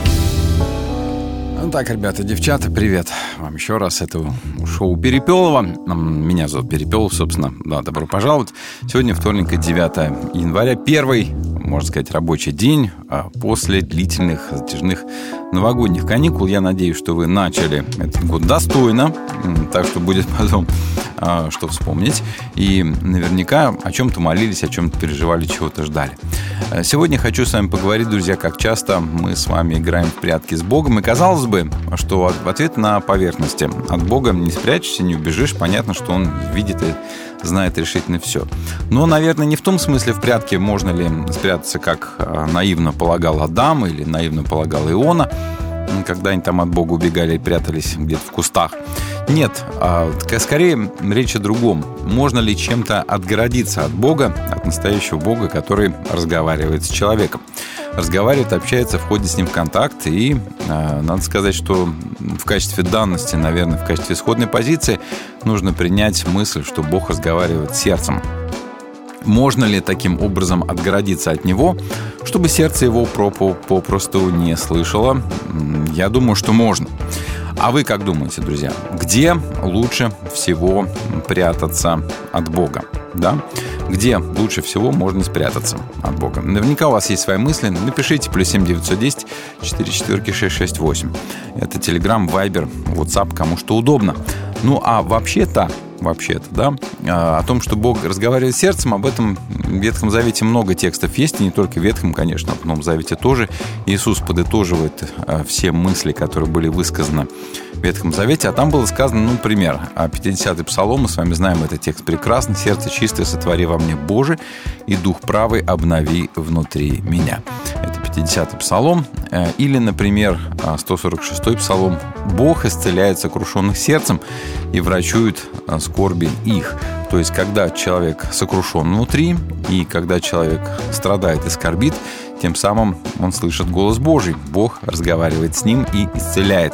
Speaker 2: Ну так, ребята, девчата, привет вам еще раз. Это шоу Перепелова. Меня зовут Перепелов, собственно. Да, добро пожаловать. Сегодня вторник, девятое января. Первый, можно сказать, рабочий день после длительных, затяжных новогодних каникул. Я надеюсь, что вы начали этот год достойно. Так что будет потом что вспомнить. И наверняка о чем-то молились, о чем-то переживали, чего-то ждали. Сегодня хочу с вами поговорить, друзья, как часто мы с вами играем в прятки с Богом. И казалось бы, что в ответ на поверхности: от Бога не спрячешься, не убежишь. Понятно, что Он видит и знает решительно все. Но, наверное, не в том смысле в прятки можно ли спрятаться, как наивно полагал Адам или наивно полагал Иона, когда они там от Бога убегали и прятались где-то в кустах. Нет, а скорее речь о другом. Можно ли чем-то отгородиться от Бога, от настоящего Бога, который разговаривает с человеком? Разговаривает, общается, входит с ним в контакт. И э, надо сказать, что в качестве данности, наверное, в качестве исходной позиции нужно принять мысль, что Бог разговаривает с сердцем. Можно ли таким образом отгородиться от Него, чтобы сердце его попросту не слышало? Я думаю, что можно. А вы как думаете, друзья? Где лучше всего прятаться от Бога? Да? Где лучше всего можно спрятаться от Бога? Наверняка у вас есть свои мысли. Напишите плюс семь девятьсот десять четыре четыре шесть шесть восемь. Это Telegram, Viber, WhatsApp, кому что удобно. Ну, а вообще-то, вообще-то, да, о том, что Бог разговаривает с сердцем, об этом в Ветхом Завете много текстов есть, и не только в Ветхом, конечно, в Новом Завете тоже. Иисус подытоживает все мысли, которые были высказаны в Ветхом Завете, а там было сказано, ну, например, пятидесятый Псалом, мы с вами знаем этот текст прекрасно: «Сердце чистое сотвори во мне, Боже, и дух правый обнови внутри меня». Это пятидесятый Псалом. Или, например, сто сорок шестой Псалом: «Бог исцеляет сокрушенных сердцем и врачует скорби их». То есть, когда человек сокрушен внутри, и когда человек страдает и скорбит, тем самым он слышит голос Божий. Бог разговаривает с ним и исцеляет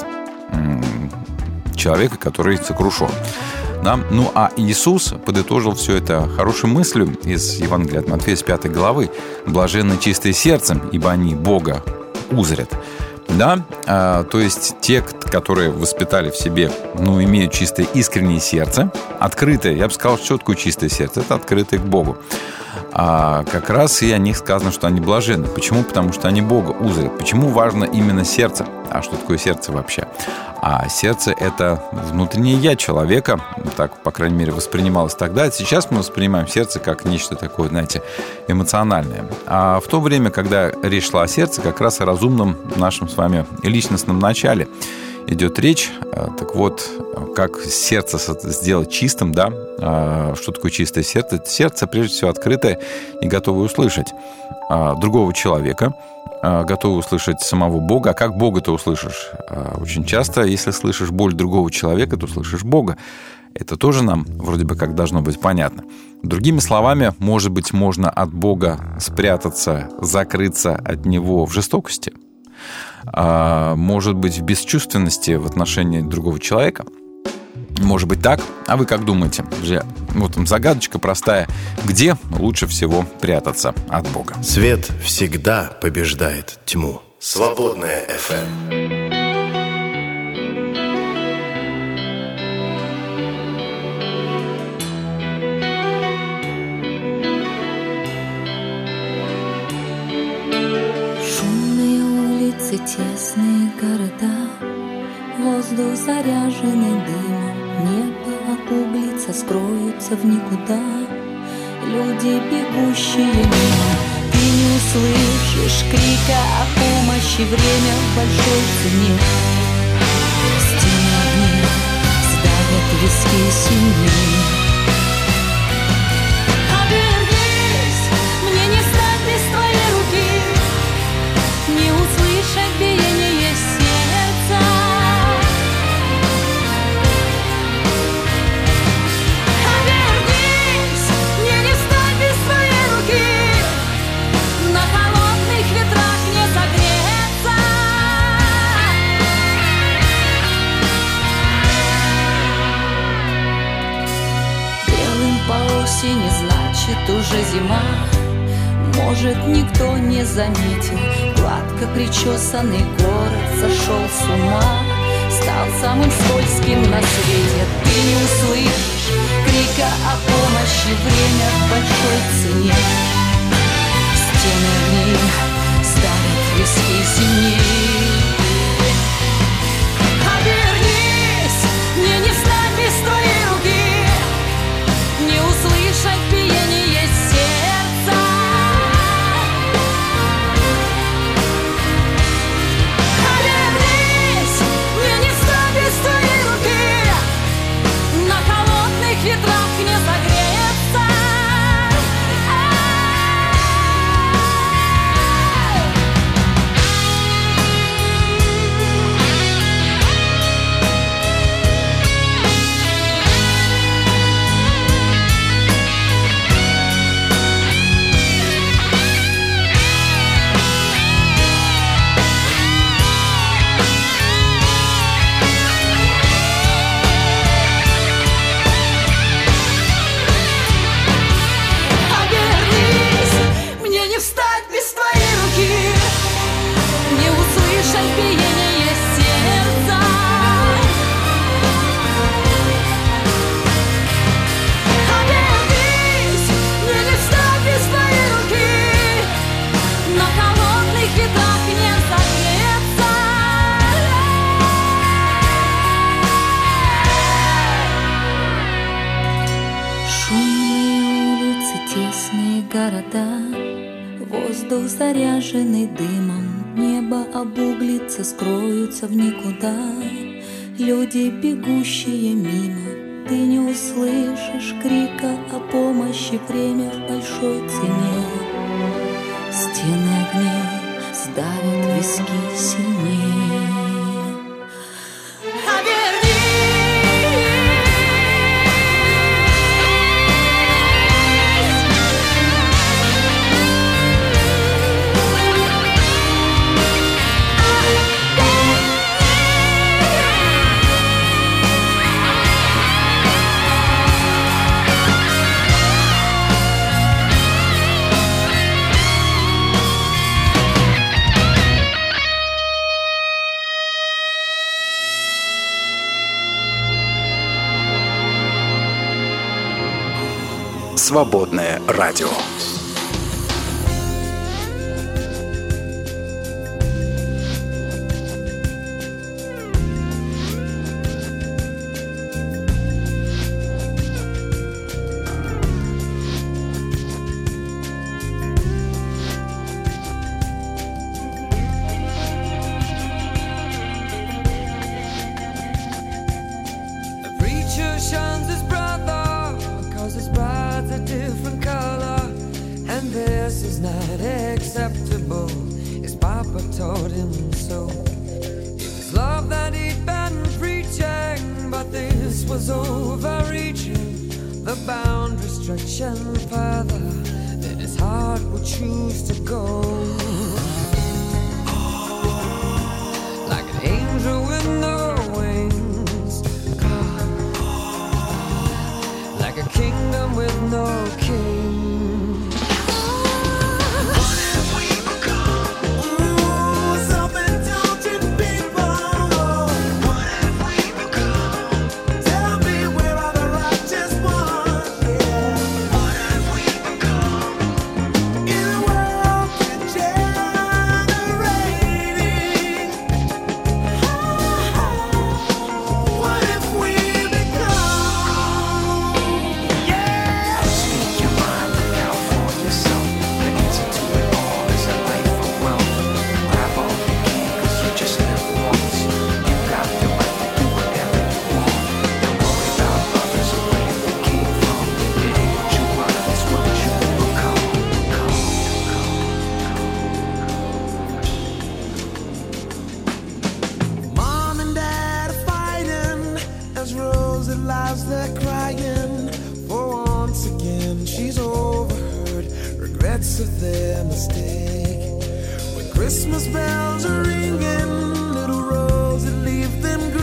Speaker 2: человека, который сокрушен. Да? Ну, а Иисус подытожил все это хорошей мыслью из Евангелия от Матфея, с пятой главы: «Блаженны чистые сердцем, ибо они Бога узрят». Да, а, то есть те, которые воспитали в себе, ну, имеют чистое искреннее сердце, открытое, я бы сказал, четкое чистое сердце, это открытое к Богу. А как раз и о них сказано, что они блаженны. Почему? Потому что они Бога узрят. Почему важно именно сердце? А что такое сердце вообще? А сердце — это внутреннее я человека. Так, по крайней мере, воспринималось тогда. Сейчас мы воспринимаем сердце как нечто такое, знаете, эмоциональное. А в то время, когда речь шла о сердце, как раз о разумном нашем с вами личностном начале идет речь. Так вот, как сердце сделать чистым, да? Что такое чистое сердце? Это сердце, прежде всего, открытое и готовое услышать другого человека, готовы услышать самого Бога. А как Бога ты услышишь? Очень часто, если слышишь боль другого человека, то слышишь Бога. Это тоже нам вроде бы как должно быть понятно. Другими словами, может быть, можно от Бога спрятаться, закрыться от Него в жестокости, может быть, в бесчувственности в отношении другого человека. Может быть так? А вы как думаете? Друзья, вот там загадочка простая. Где лучше всего прятаться от Бога?
Speaker 6: Свет всегда побеждает тьму. Свободное эф эм.
Speaker 11: Тесные города, воздух заряженный дымом, небо обуглится, скроется в никуда. Люди, бегущие мимо, ты не услышишь крика о помощи, время в большой цене. Стены огни сдавят виски синие. Обернись, мне не стать без твоей руки, не услышать биение сердца. Обернись, мне не стать без твоей руки, на холодных ветрах не согреться. осень, значит уже зима. Может, никто не заметил, гладко причесанный город сошел с ума, стал самым скользким на свете. Ты не услышишь крика о помощи, время в большой цене. Стены огней ставят виски синей. Обернись, мне не встать без твоей руки, не услышать биение сердца. Обернись, мне не встать без твоей руки, на холодных ветрах не согреться. Воздух заряженный дымом, небо обуглится, скроются в никуда. Люди, бегущие мимо, ты не услышишь крика о помощи, время в большой цене. Стены огней сдавят виски синее.
Speaker 1: Свободное радио.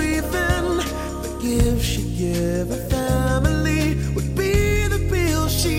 Speaker 3: Give she give a family would be the bill she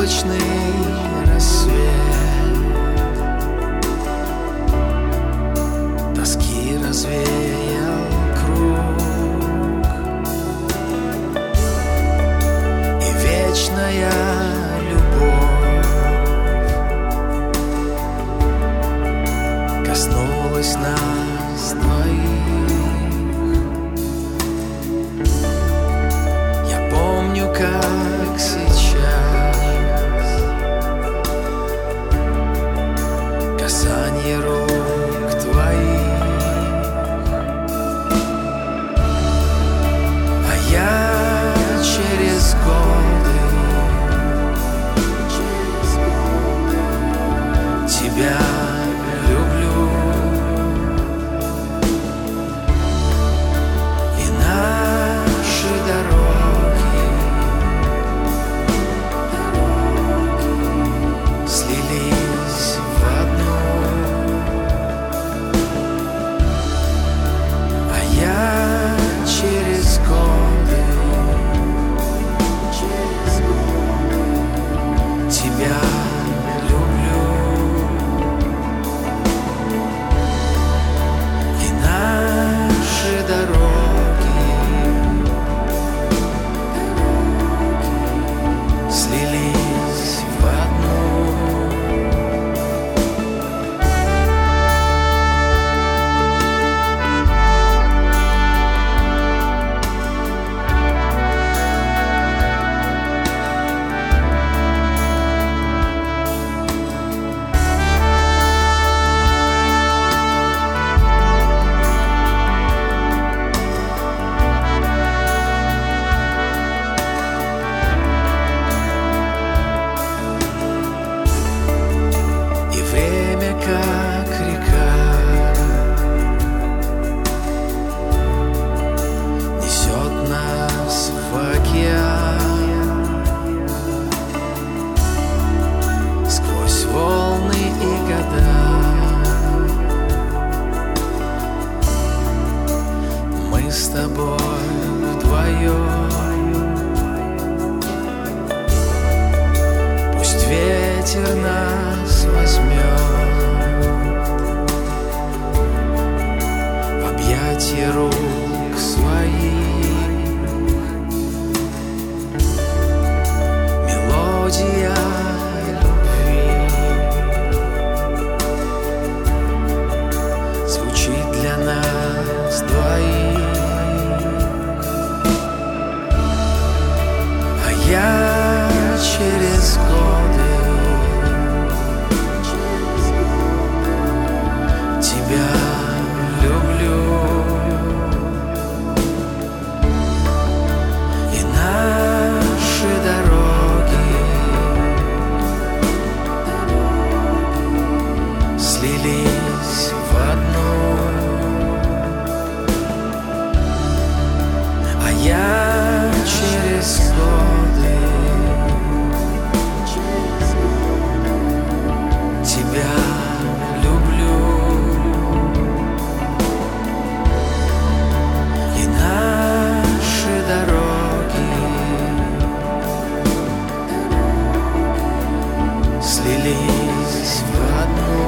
Speaker 5: вечный рассвет, тоски развеял круг, и вечная любовь коснулась нас двоих. Я помню, как сейчас касание рук твоих, а я через годы тебя люблю, и наши дороги слились в одну, а я через годы тебя люблю, и наши дороги слились в одну. И время, как река, несет нас в океан, сквозь волны и года. Мы с тобой вдвоем, пусть ветер нас возьмет в объятия рук своих. Мелодия любви звучит для нас двоих, а я через годы тебя люблю, и наши дороги слились в одну, а я через годы тебя люблю, и наши дороги слились в одну.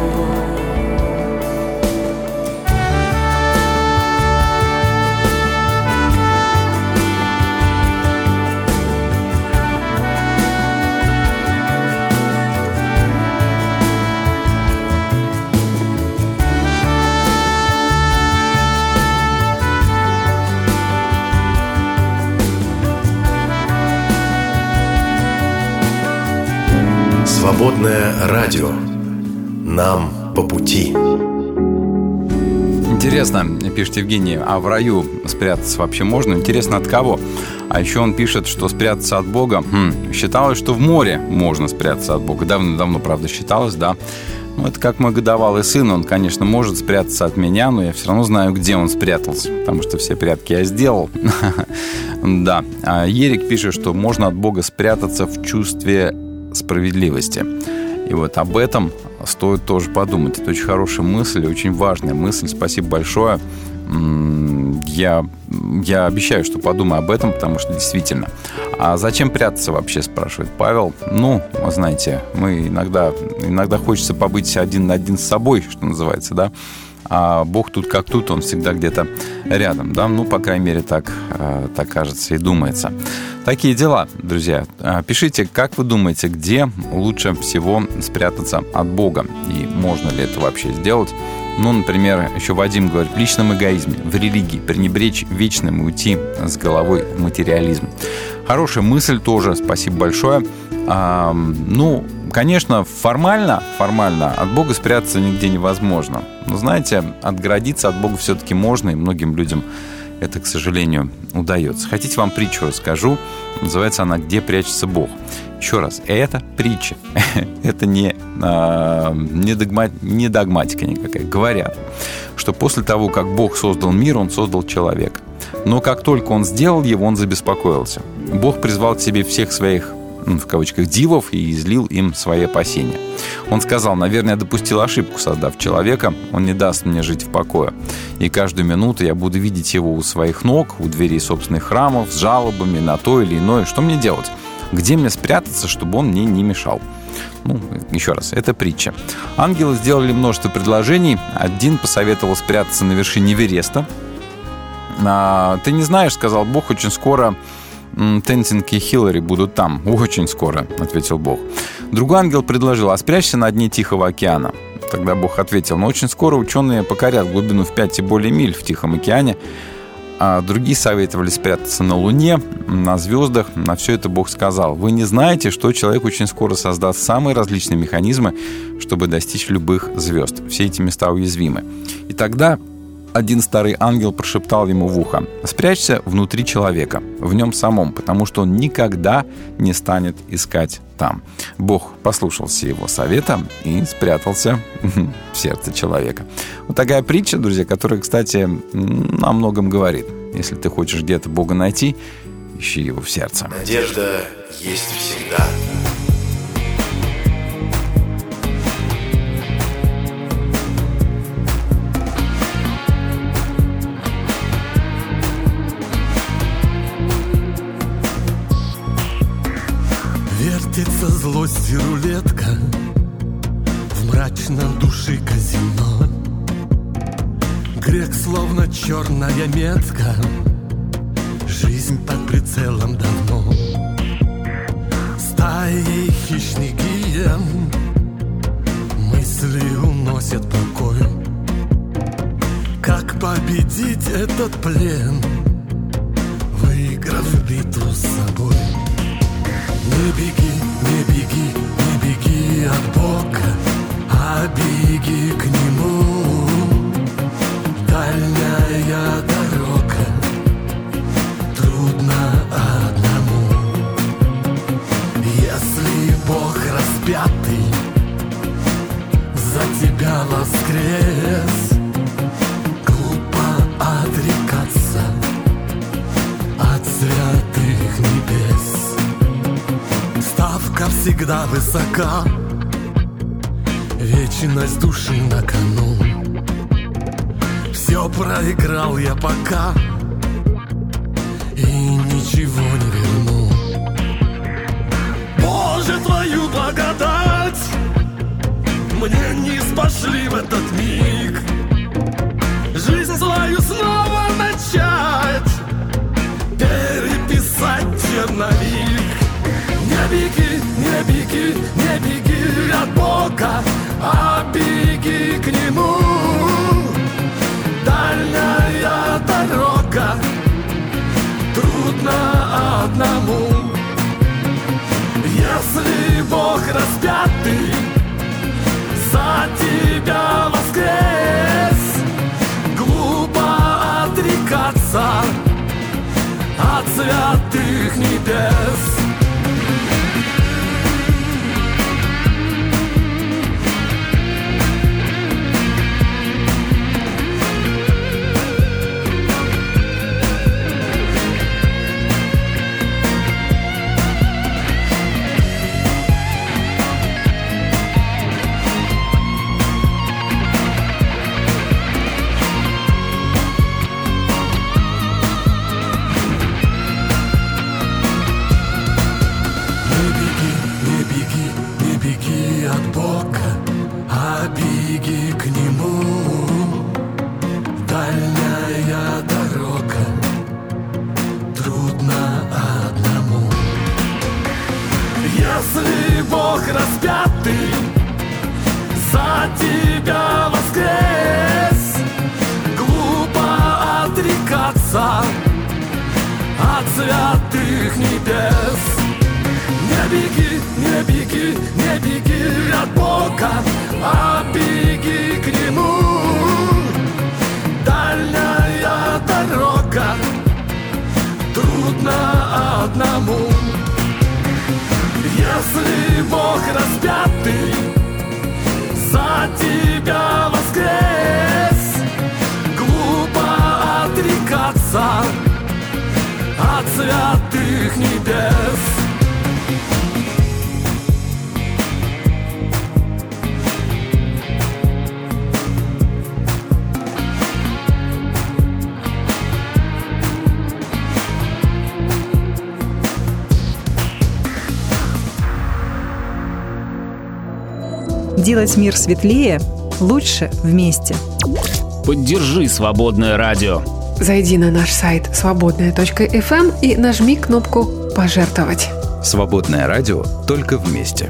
Speaker 6: Свободное радио. Нам по пути.
Speaker 2: Интересно, пишет Евгений, а в раю спрятаться вообще можно? Интересно, от кого? А еще он пишет, что спрятаться от Бога... Хм, считалось, что в море можно спрятаться от Бога. Давно-давно, правда, считалось, да. Ну, это как мой годовалый сын. Он, конечно, может спрятаться от меня, но я все равно знаю, где он спрятался, потому что все прятки я сделал. Да. А Ерик пишет, что можно от Бога спрятаться в чувстве справедливости. И вот об этом стоит тоже подумать. Это очень хорошая мысль, очень важная мысль. Спасибо большое. Я, я обещаю, что подумаю об этом, потому что действительно. А зачем прятаться вообще, спрашивает Павел. Ну, вы знаете, мы иногда, иногда хочется побыть один на один с собой, что называется, да. А Бог тут как тут, Он всегда где-то рядом, да. Ну, по крайней мере, так, так кажется и думается. Такие дела, друзья. Пишите, как вы думаете, где лучше всего спрятаться от Бога? И можно ли это вообще сделать? Ну, например, еще Вадим говорит, в личном эгоизме, в религии, пренебречь вечным и уйти с головой в материализм. Хорошая мысль тоже, спасибо большое. А, ну, конечно, формально, формально от Бога спрятаться нигде невозможно. Но, знаете, отгородиться от Бога все-таки можно, и многим людям это, к сожалению, удается. Хотите, вам притчу расскажу? Называется она «Где прячется Бог?». Еще раз, это притча. Это не, а, не, догма, не догматика никакая. Говорят, что после того, как Бог создал мир, Он создал человека. Но как только Он сделал его, Он забеспокоился. Бог призвал к себе всех своих, в кавычках, дивов и излил им свои опасения. Он сказал, наверное, я допустил ошибку, создав человека, он не даст мне жить в покое. И каждую минуту я буду видеть его у своих ног, у дверей собственных храмов, с жалобами на то или иное. Что мне делать? Где мне спрятаться, чтобы он мне не мешал? Ну, еще раз, это притча. Ангелы сделали множество предложений. Один посоветовал спрятаться на вершине Эвереста. А, «Ты не знаешь, — сказал Бог, — очень скоро Тенсинг и Хиллари будут там. Очень скоро, — ответил Бог. Другой ангел предложил, а спрячься на дне Тихого океана. Тогда Бог ответил, но очень скоро ученые покорят глубину в пять и более миль в Тихом океане. А другие советовали спрятаться на Луне, на звездах. На все это Бог сказал, вы не знаете, что человек очень скоро создаст самые различные механизмы, чтобы достичь любых звезд. Все эти места уязвимы. И тогда один старый ангел прошептал ему в ухо, спрячься внутри человека, в нем самом, потому что он никогда не станет искать там. Бог послушался его совета и спрятался в сердце человека. Вот такая притча, друзья, которая, кстати, о многом говорит. Если ты хочешь где-то Бога найти, ищи его в сердце.
Speaker 6: Надежда есть всегда.
Speaker 14: Вертится злость и рулетка в мрачном души казино. Грех словно черная метка, жизнь под прицелом давно. Стаей хищный гиен мысли уносят покой. Как победить этот плен, выиграв битву с собой? Не беги, не беги, не беги от Бога, а беги к Нему. Дальняя дорога, трудно одному. Если Бог распятый за тебя воскрес, глупо отрекаться от святых небес. Ставка всегда высока, вечность души на кону. Все проиграл я пока и ничего не верну. Боже, твою благодать мне не спошли в этот миг. Жизнь свою снова начать, переписать черновик. Не беги, не беги, не беги от Бога, а беги к Нему. Дальняя дорога, трудно одному. Если Бог распятый за тебя воскрес, глупо отрекаться от святых небес. беги к нему. Дальняя дорога, трудно одному. Если Бог распятый за тебя воскрес, глупо отрекаться от святых небес. Не беги, не беги, не беги от Бога, а беги к Нему. Дальняя дорога, трудно одному. Если Бог распятый за тебя воскрес, глупо отрекаться от святых небес.
Speaker 9: Делать мир светлее лучше вместе.
Speaker 4: Поддержи «Свободное радио».
Speaker 15: Зайди на наш сайт свободная точка эф эм и нажми кнопку «Пожертвовать».
Speaker 2: «Свободное радио» только вместе.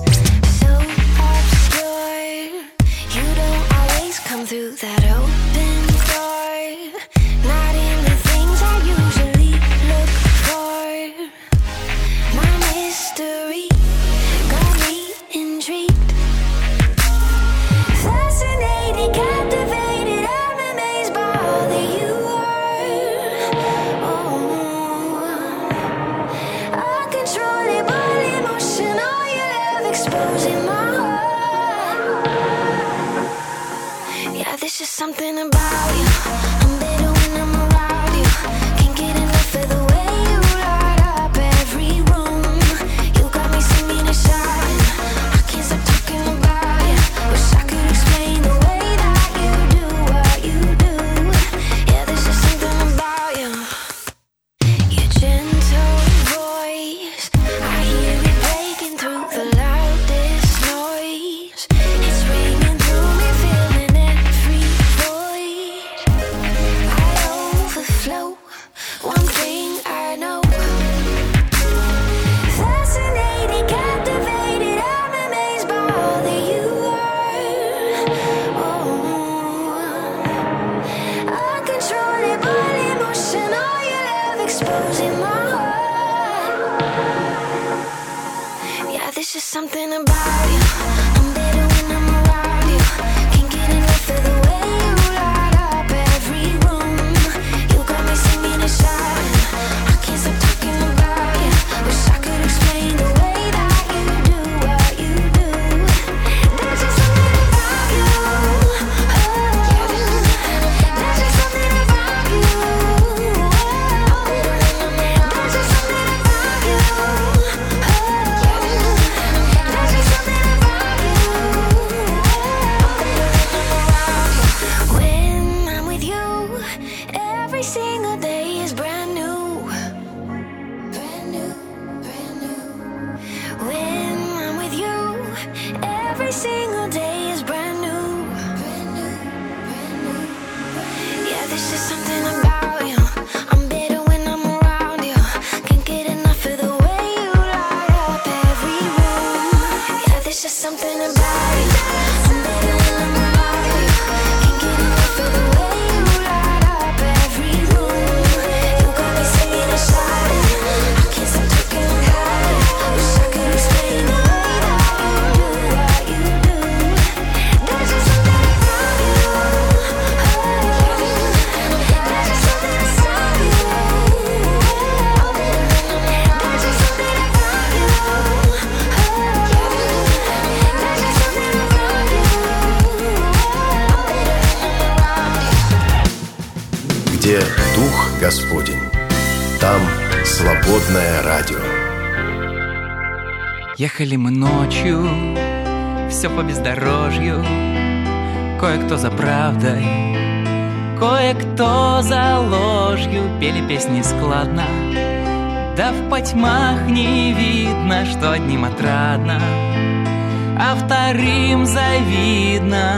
Speaker 16: Something about you, I'm better when I'm around you. Can't get enough of the way you light up every room. You got me singing and shouting, I can't stop talking about you. Wish I could explain the way that you do what you do. Yeah, there's just something about you. Your gentle voice, I hear it breaking through the loudest noise. It's ringing through me, feeling every flow. One thing I know, fascinated, captivated, I'm amazed by all that you are. Oh, uncontrollable emotion, all your love exposing my heart. Yeah, there's just something about you, I'm better when I'm around you. Can't get enough of the way you light up every room. Singing and shouting, I can't stop talking about you. Wish I could explain the way that you do what you do. There's just something about you. Oh, there's just something about you. Oh, there's just something about you. Oh, there's just something about you. When I'm with you, every single day is brand new. Brand new, brand new. When I'm with you, every single day is brand new. Brand new, brand new. Yeah, there's just something about you, I'm better when I'm around you. Can't get enough of the way you light up every room. Yeah, there's just something about you, I'm better when I'm around you. Can't get enough of the way you light up every room. You got me singing and shouting, I can't stop talking about it. Wish I could explain the way that you do what you do. There's just something about you. There's just something inside you. There's just something about you. There's just something about you.
Speaker 6: Где Дух Господень, там свободное радио.
Speaker 17: Ехали мы ночью, все по бездорожью. Кое-кто за правдой, кое-кто за ложью. Пели песни складно, да в потьмах не видно, что одним отрадно, а вторым завидно.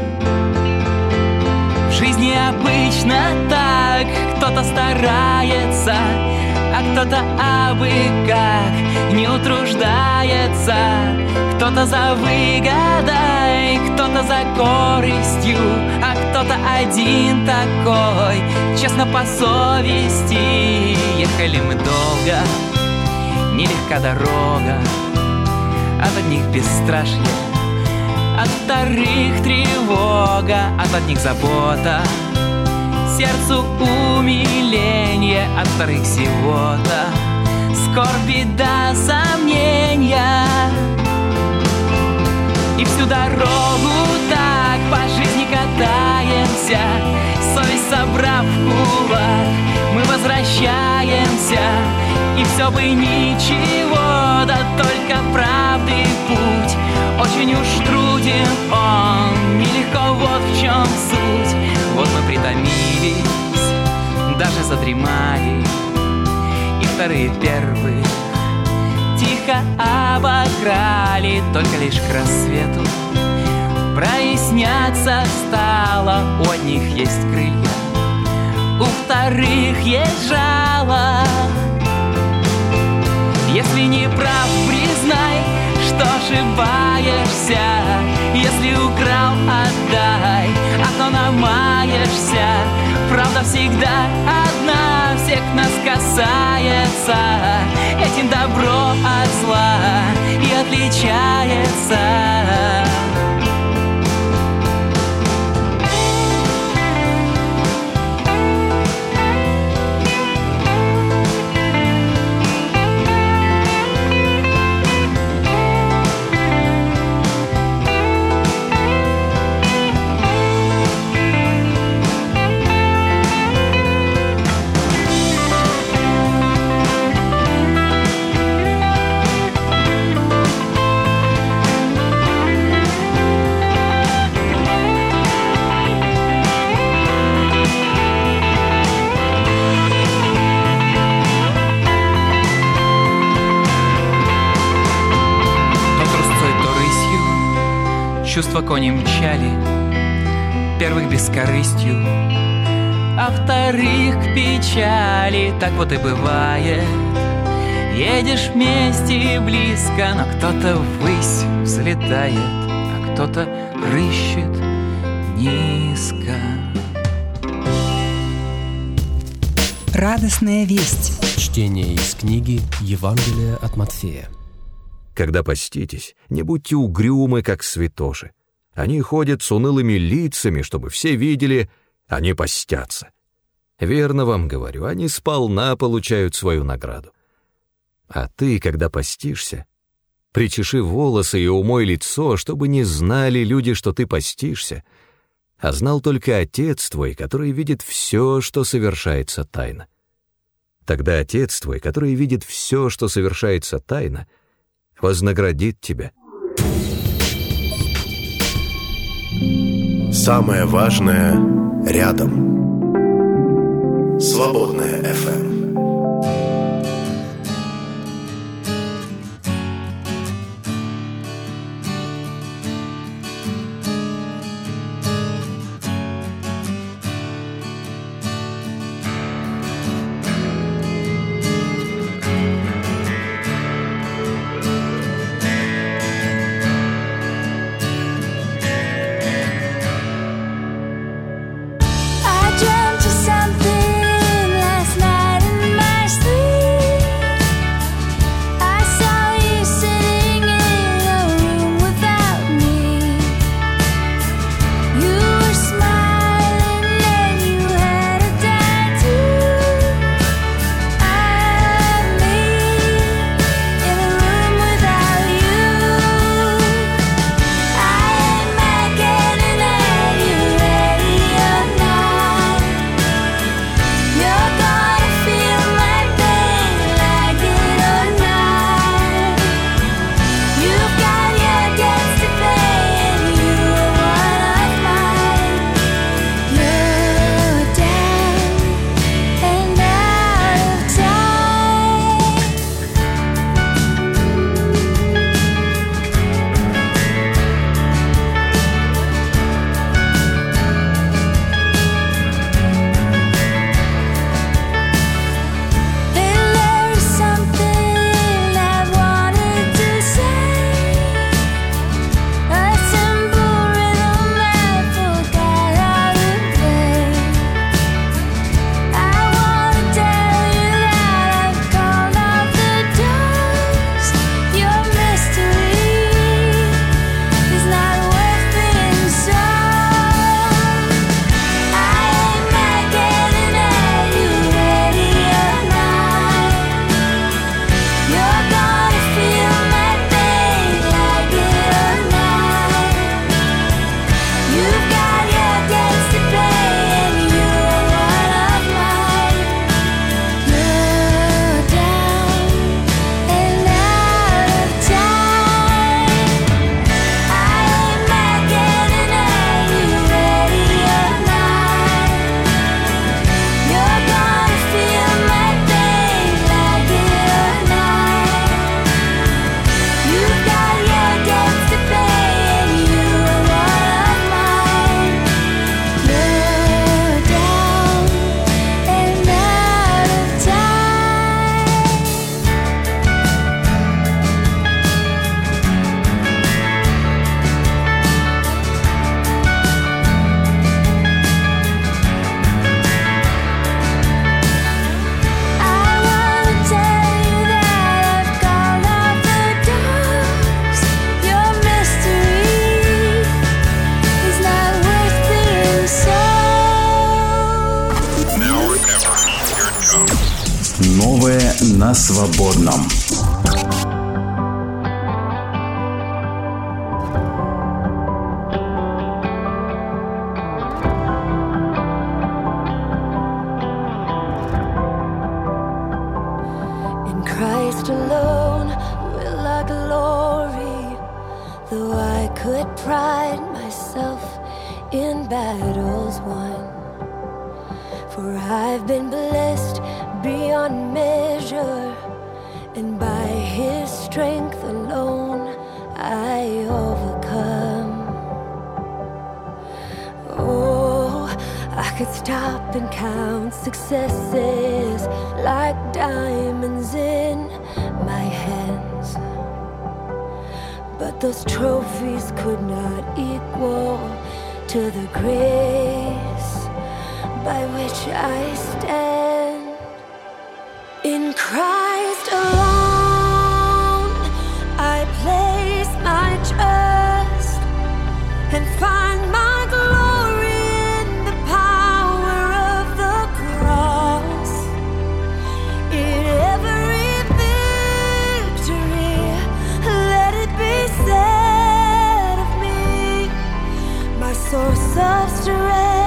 Speaker 17: В жизни обычно так, кто-то старается, а кто-то абы как не утруждается. Кто-то за выгодой, кто-то за корыстью, а кто-то один такой, честно по совести. Ехали мы долго, нелегка дорога, от одних бесстрашие, от вторых тревога, от одних забота, сердцу умиление, от вторых всего-то скорбь, беда, сомнения. И всю дорогу так по жизни катаемся, совесть собрав в кулак, мы возвращаемся. И все бы ничего, да только правды путь очень уж труден он, нелегко, вот в чем суть. Вот мы притомились, даже задремали, и вторые первые тихо обокрали. Только лишь к рассвету проясняться стало. У одних есть крылья, у вторых есть жало. Если не прав, признай, что ошибаешься. Если украл, отдай, а то намаешься. Правда всегда одна, всех нас касается. Этим добро от зла и отличается. Чувства кони мчали, первых бескорыстью, а вторых к печали. Так вот и бывает, едешь вместе близко, но кто-то ввысь взлетает, а кто-то рыщет низко.
Speaker 9: Радостная весть.
Speaker 18: Чтение из книги Евангелия от Матфея.
Speaker 19: Когда поститесь, не будьте угрюмы, как святоши. Они ходят с унылыми лицами, чтобы все видели, они постятся. Верно вам говорю, они сполна получают свою награду. А ты, когда постишься, причеши волосы и умой лицо, чтобы не знали люди, что ты постишься, а знал только Отец твой, который видит все, что совершается тайно. Тогда Отец твой, который видит все, что совершается тайно, вознаградит тебя.
Speaker 6: Самое важное рядом. Свободная эф эм.
Speaker 16: I dreamt of something
Speaker 1: на свободном.
Speaker 16: Christ alone will I glory, though I could pride myself in battles won. For I've been blessed beyond measure, and by His strength alone I overcome. Oh, I could stop and count successes like diamonds in my hands, but those trophies could not equal to the grace by which I stand. In Christ alone I place my trust and find my glory in the power of the cross. In every victory, let it be said of me, my source of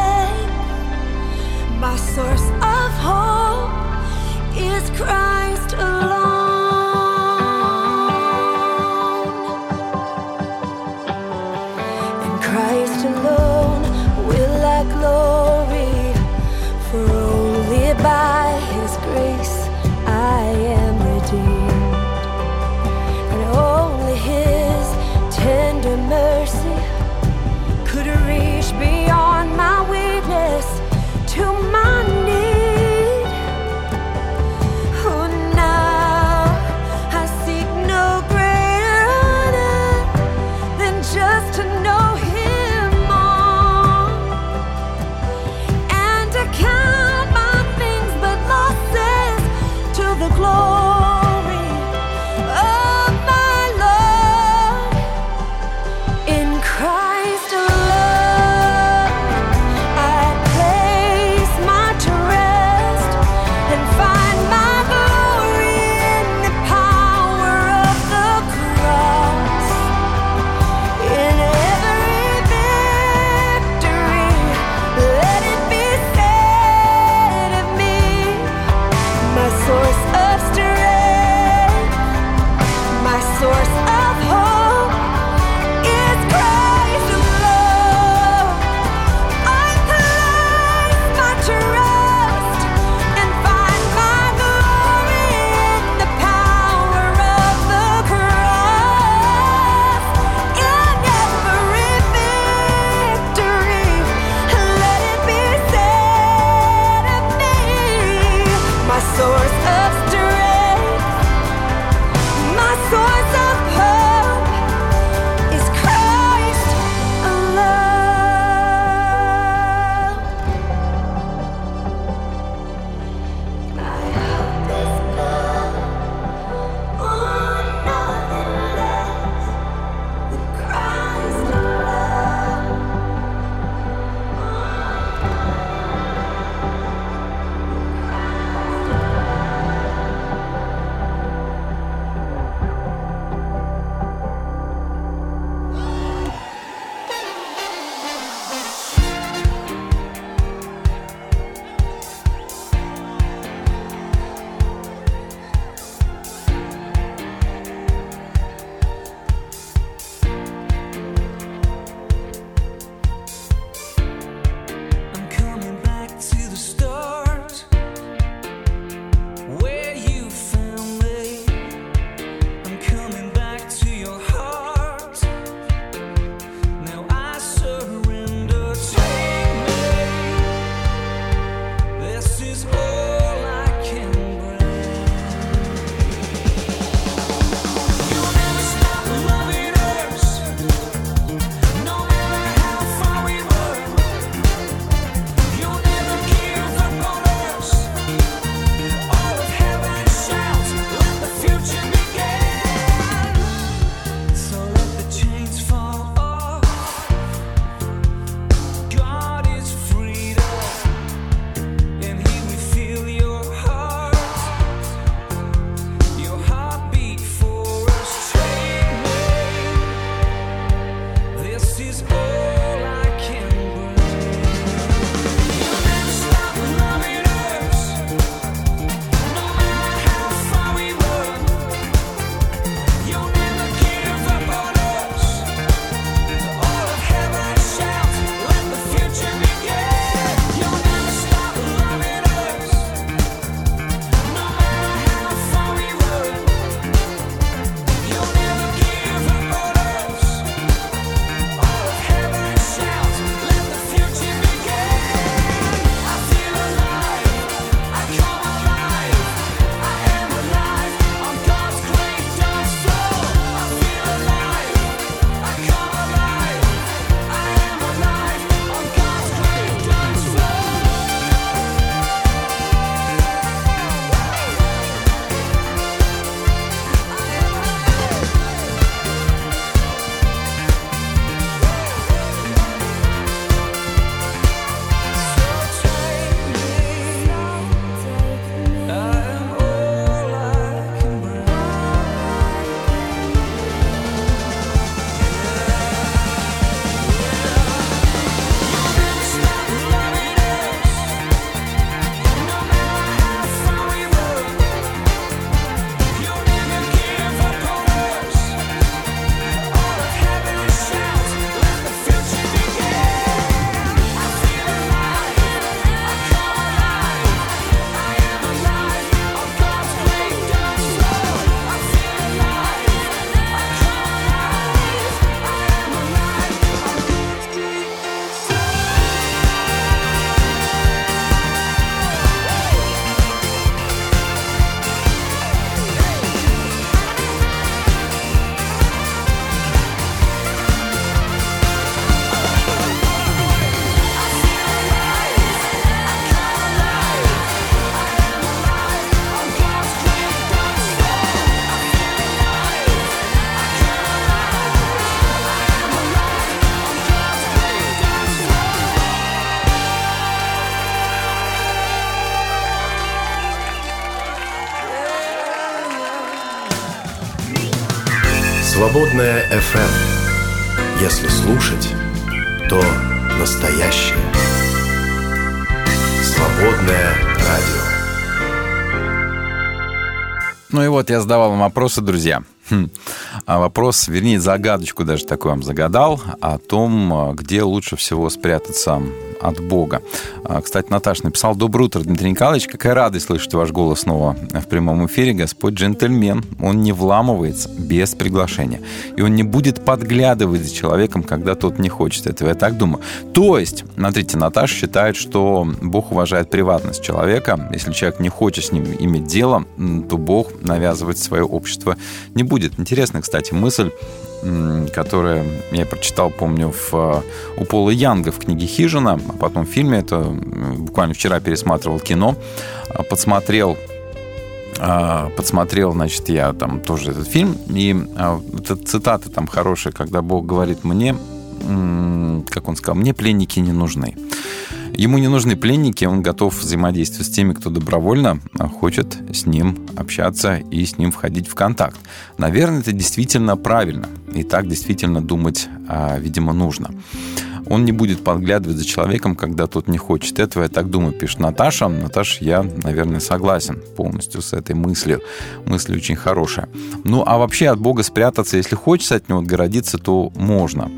Speaker 16: strength, my source of hope is Christ
Speaker 6: Свободная эф эм. Если слушать, то настоящее. Свободное радио.
Speaker 2: Ну и вот я задавал вам вопросы, друзья. Хм. А вопрос, вернее, загадочку даже такую вам загадал о том, где лучше всего спрятаться от Бога. Кстати, Наташа написала: «Доброе утро, Дмитрий Николаевич. Какая радость слышать ваш голос снова в прямом эфире. Господь джентльмен. Он не вламывается без приглашения. И он не будет подглядывать за человеком, когда тот не хочет этого. Я так думаю». То есть, смотрите, Наташа считает, что Бог уважает приватность человека. Если человек не хочет с ним иметь дело, то Бог навязывать свое общество не будет. Интересная, кстати, мысль, которую я прочитал, помню, в, у Пола Янга в книге «Хижина», а потом в фильме, это буквально вчера пересматривал кино, подсмотрел, подсмотрел, значит, я там тоже этот фильм, и эта цитата там хорошая, когда Бог говорит мне, как он сказал, мне пленники не нужны. Ему не нужны пленники, он готов взаимодействовать с теми, кто добровольно хочет с ним общаться и с ним входить в контакт. Наверное, это действительно правильно. И так действительно думать, видимо, нужно. Он не будет подглядывать за человеком, когда тот не хочет этого. Я так думаю, пишет Наташа. Наташа, я, наверное, согласен полностью с этой мыслью. Мысль очень хорошая. Ну, а вообще от Бога спрятаться, если хочется от Него отгородиться, то можно.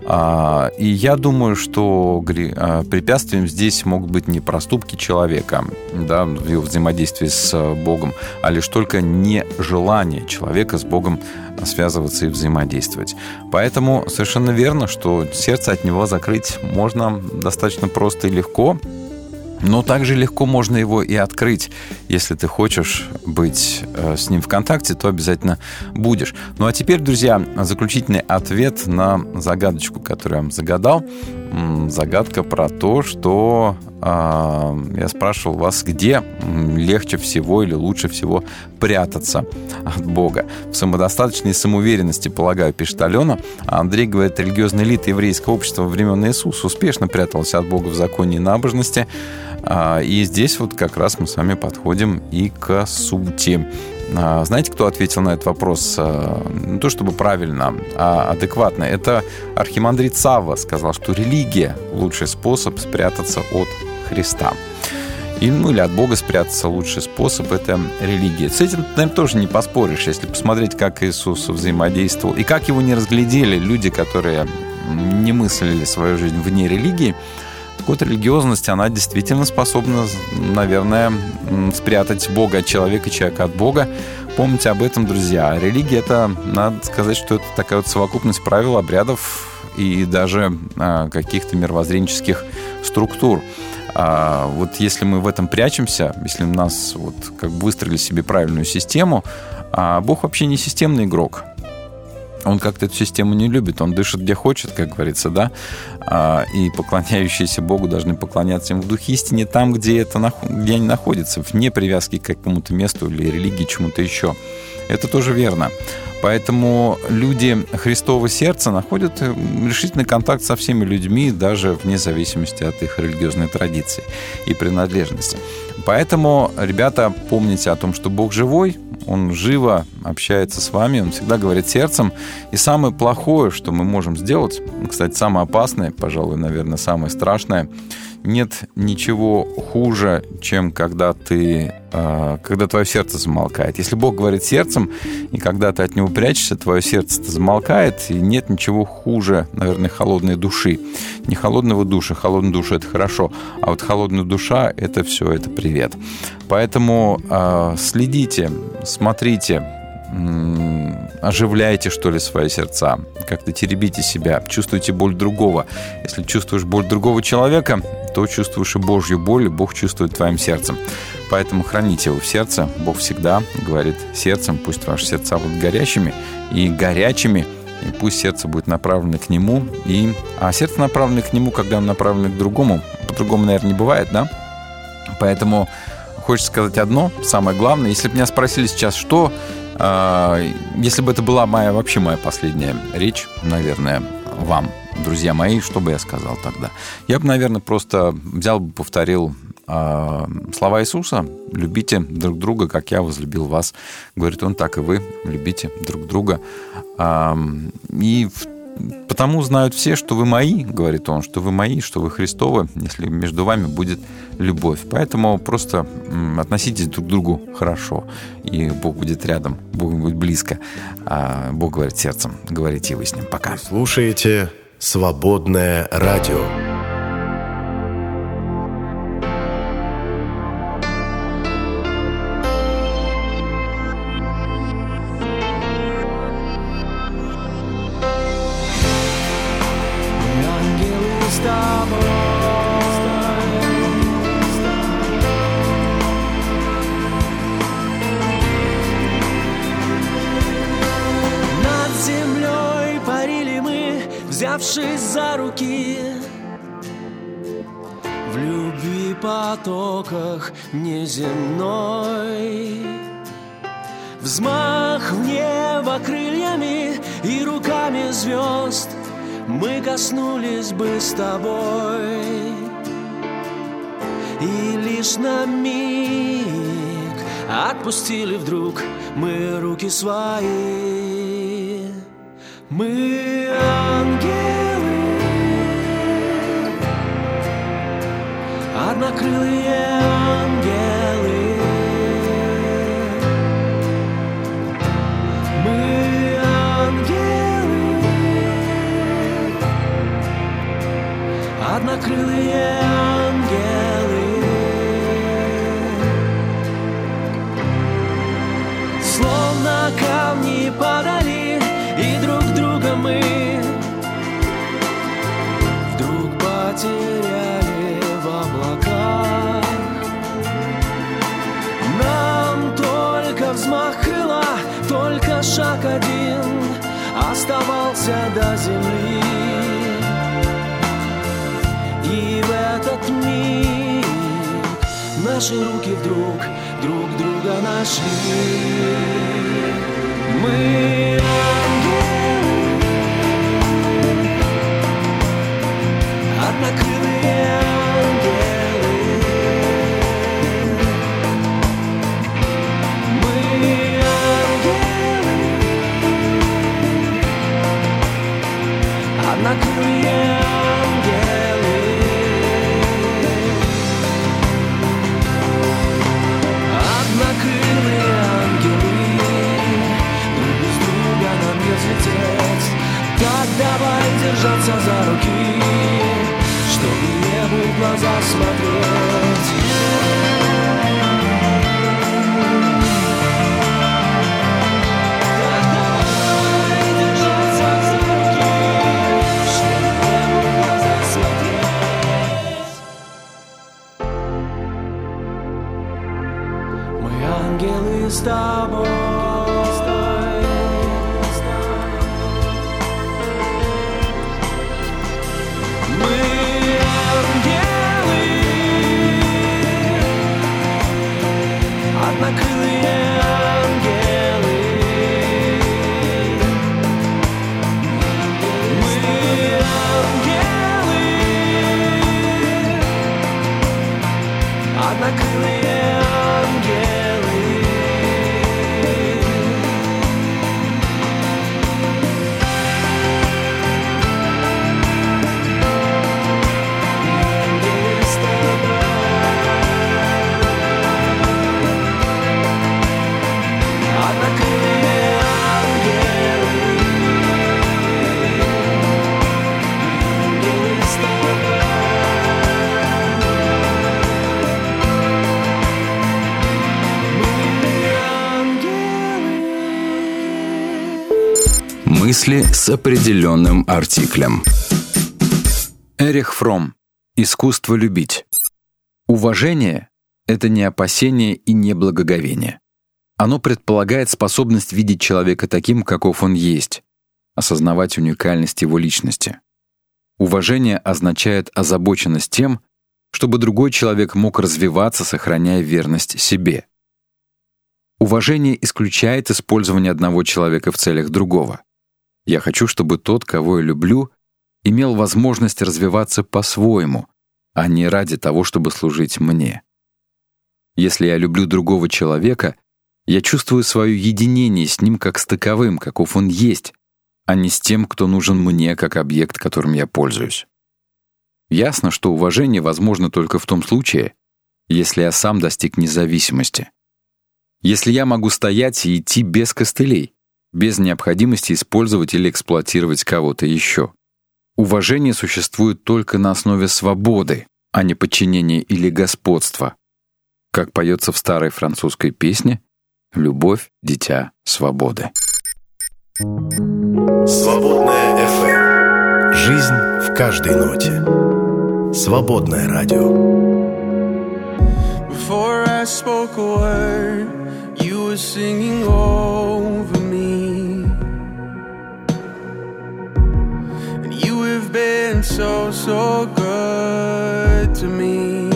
Speaker 2: И я думаю, что препятствием здесь могут быть не проступки человека, да, в его взаимодействии с Богом, а лишь только нежелание человека с Богом связываться и взаимодействовать. Поэтому совершенно верно, что сердце от Него закрыть можно достаточно просто и легко, но также легко можно его и открыть. Если ты хочешь быть с ним в контакте, то обязательно будешь. Ну а теперь, друзья, заключительный ответ на загадочку, которую я вам загадал. Загадка про то, что э, я спрашивал вас, где легче всего или лучше всего прятаться от Бога. В самодостаточной самоуверенности, полагаю, пишет Алена. А Андрей говорит, религиозная элита еврейского общества во времен Иисуса успешно пряталась от Бога в законе и набожности. И здесь вот как раз мы с вами подходим и к сути. Знаете, кто ответил на этот вопрос? Не то чтобы правильно, а адекватно. Это архимандрит Савва сказал, что религия – лучший способ спрятаться от Христа. И, ну, или от Бога спрятаться лучший способ – это религия. С этим, наверное, тоже не поспоришь, если посмотреть, как Иисус взаимодействовал и как его не разглядели люди, которые не мыслили свою жизнь вне религии. Вот религиозность, она действительно способна, наверное, спрятать Бога от человека, человека от Бога. Помните об этом, друзья. Религия – это, надо сказать, что это такая вот совокупность правил, обрядов и даже а, каких-то мировоззренческих структур. А, вот если мы в этом прячемся, если у нас вот как бы выстроили себе правильную систему, а Бог вообще не системный игрок. Он как-то эту систему не любит, он дышит где хочет, как говорится, да, и поклоняющиеся Богу должны поклоняться им в духе истине там, где, это, где они находятся, вне привязки к какому-то месту или религии, чему-то еще. Это тоже верно. Поэтому люди Христова сердца находят решительный контакт со всеми людьми, даже вне зависимости от их религиозной традиции и принадлежности. Поэтому, ребята, помните о том, что Бог живой, Он живо общается с вами, Он всегда говорит сердцем. И самое плохое, что мы можем сделать, кстати, самое опасное, пожалуй, наверное, самое страшное, нет ничего хуже, чем когда ты, когда твое сердце замолкает. Если Бог говорит сердцем, и когда ты от Него прячешься, твое сердце-то замолкает, и нет ничего хуже, наверное, холодной души. Не холодного душа, холодная душа – это хорошо, а вот холодная душа – это все, это привет. Поэтому э, следите, смотрите, оживляйте, что ли, свои сердца, как-то теребите себя, чувствуйте боль другого. Если чувствуешь боль другого человека, то чувствуешь и Божью боль, и Бог чувствует твоим сердцем. Поэтому храните его в сердце. Бог всегда говорит сердцем, пусть ваши сердца будут горящими и горячими, и пусть сердце будет направлено к Нему. И... А сердце направлено к Нему, когда оно направлено к другому, по-другому, наверное, не бывает, да? Поэтому хочется сказать одно, самое главное. Если бы меня спросили сейчас, что... Если бы это была моя, вообще моя последняя речь, наверное, вам, друзья мои, что бы я сказал тогда? Я бы, наверное, просто взял бы, повторил э, слова Иисуса: «Любите друг друга, как я возлюбил вас». Говорит Он, так и вы любите друг друга. И потому знают все, что вы мои, говорит он, что вы мои, что вы Христовы, если между вами будет любовь. Поэтому просто относитесь друг к другу хорошо, и Бог будет рядом, Бог будет близко. А Бог говорит сердцем, говорите вы с Ним. Пока.
Speaker 6: Слушаете «Свободное радио».
Speaker 5: Взявшись за руки, в любви потоках неземной, взмах в небо крыльями и руками звезд мы коснулись бы с тобой. И лишь на миг отпустили вдруг мы руки свои. Мы ангелы, однокрылые ангелы. Мы ангелы, однокрылые ангелы. Словно камни падали, и друг друга мы вдруг потеряли в облаках. Нам только взмах крыла, только шаг один оставался до земли. И в этот миг наши руки вдруг друг друга нашли. Мы однокрылые ангелы. Мы ангелы, однокрылые ангелы. Однокрылые ангелы, друг без друга нам не взлететь. Так давай держаться за руки, чтобы небу в глаза смотреть. Так давай держаться за руки, чтобы небу в глаза смотреть. Мы ангелы с тобой. Однокрылые ангелы. Мы ангелы, однокрылые ангелы. Ангелы с тобой.
Speaker 1: Мысли с определенным артиклем.
Speaker 2: Эрих Фромм. Искусство любить. Уважение — это не опасение и не благоговение. Оно предполагает способность видеть человека таким, каков он есть, осознавать уникальность его личности. Уважение означает озабоченность тем, чтобы другой человек мог развиваться, сохраняя верность себе. Уважение исключает использование одного человека в целях другого. Я хочу, чтобы тот, кого я люблю, имел возможность развиваться по-своему, а не ради того, чтобы служить мне. Если я люблю другого человека, я чувствую свое единение с ним как с таковым, каков он есть, а не с тем, кто нужен мне как объект, которым я пользуюсь. Ясно, что уважение возможно только в том случае, если я сам достиг независимости. Если я могу стоять и идти без костылей, без необходимости использовать или эксплуатировать кого-то еще. Уважение существует только на основе свободы, а не подчинения или господства. Как поется в старой французской песне «Любовь, дитя свободы».
Speaker 6: Свободная эф эм. Жизнь в каждой ноте. Свободное радио.
Speaker 5: Before I spoke a word, you were singing over me. And you have been so, so good to me.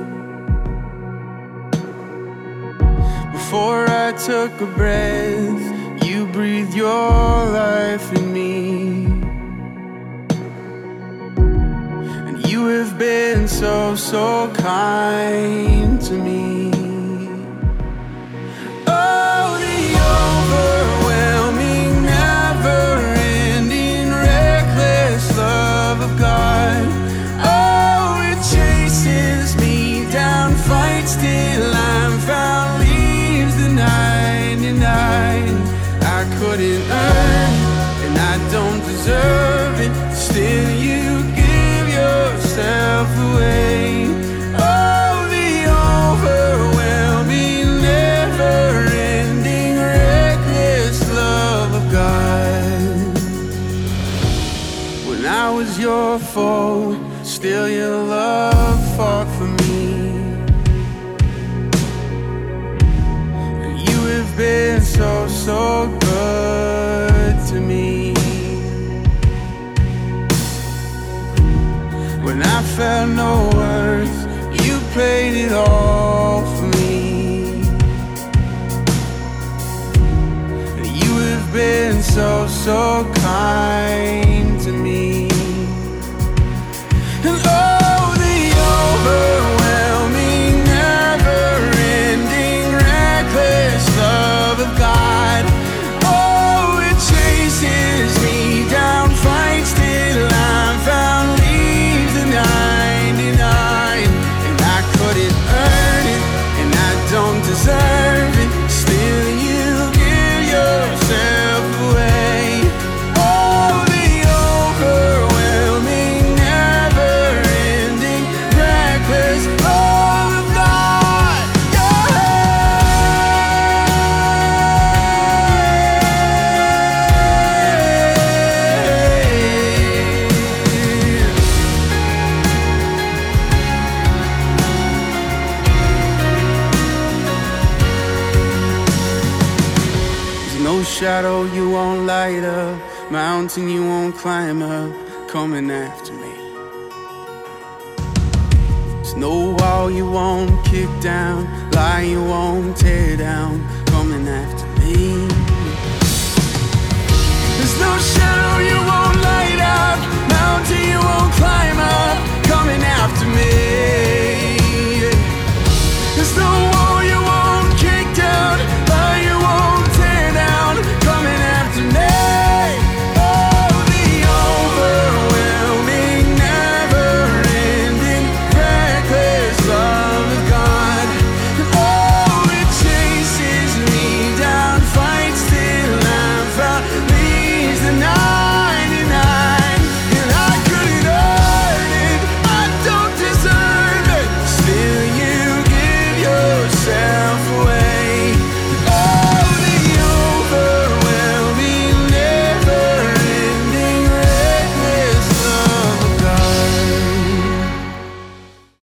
Speaker 5: Before I took a breath, you breathed your life in me. And you have been so, so kind to me. Oh, the overwhelming, never-ending, reckless love of God. Oh, it chases me down, fights till I'm found, leaves the ninety-nine. I couldn't earn it, and I don't deserve it. Still you give yourself away. Oh, the overwhelming, never-ending, reckless love of God. When I was your foe, still your love fought for me. And you have been so, so good to me. When I felt no worth, you paid it all for me. And you have been so, so kind to me. And oh, the overwhelming, never-ending, reckless love of God. Oh, it chases me down, fights till I'm found, leaves the ninety-nine. And I couldn't earn it, and I don't deserve it. Still you give yourself away. Oh, the overwhelming, never-ending, reckless love of God. There's no shadow you won't light up, mountain you won't climb up, coming after me. There's no wall you won't kick down, lie you won't tear down, coming after me. There's no shadow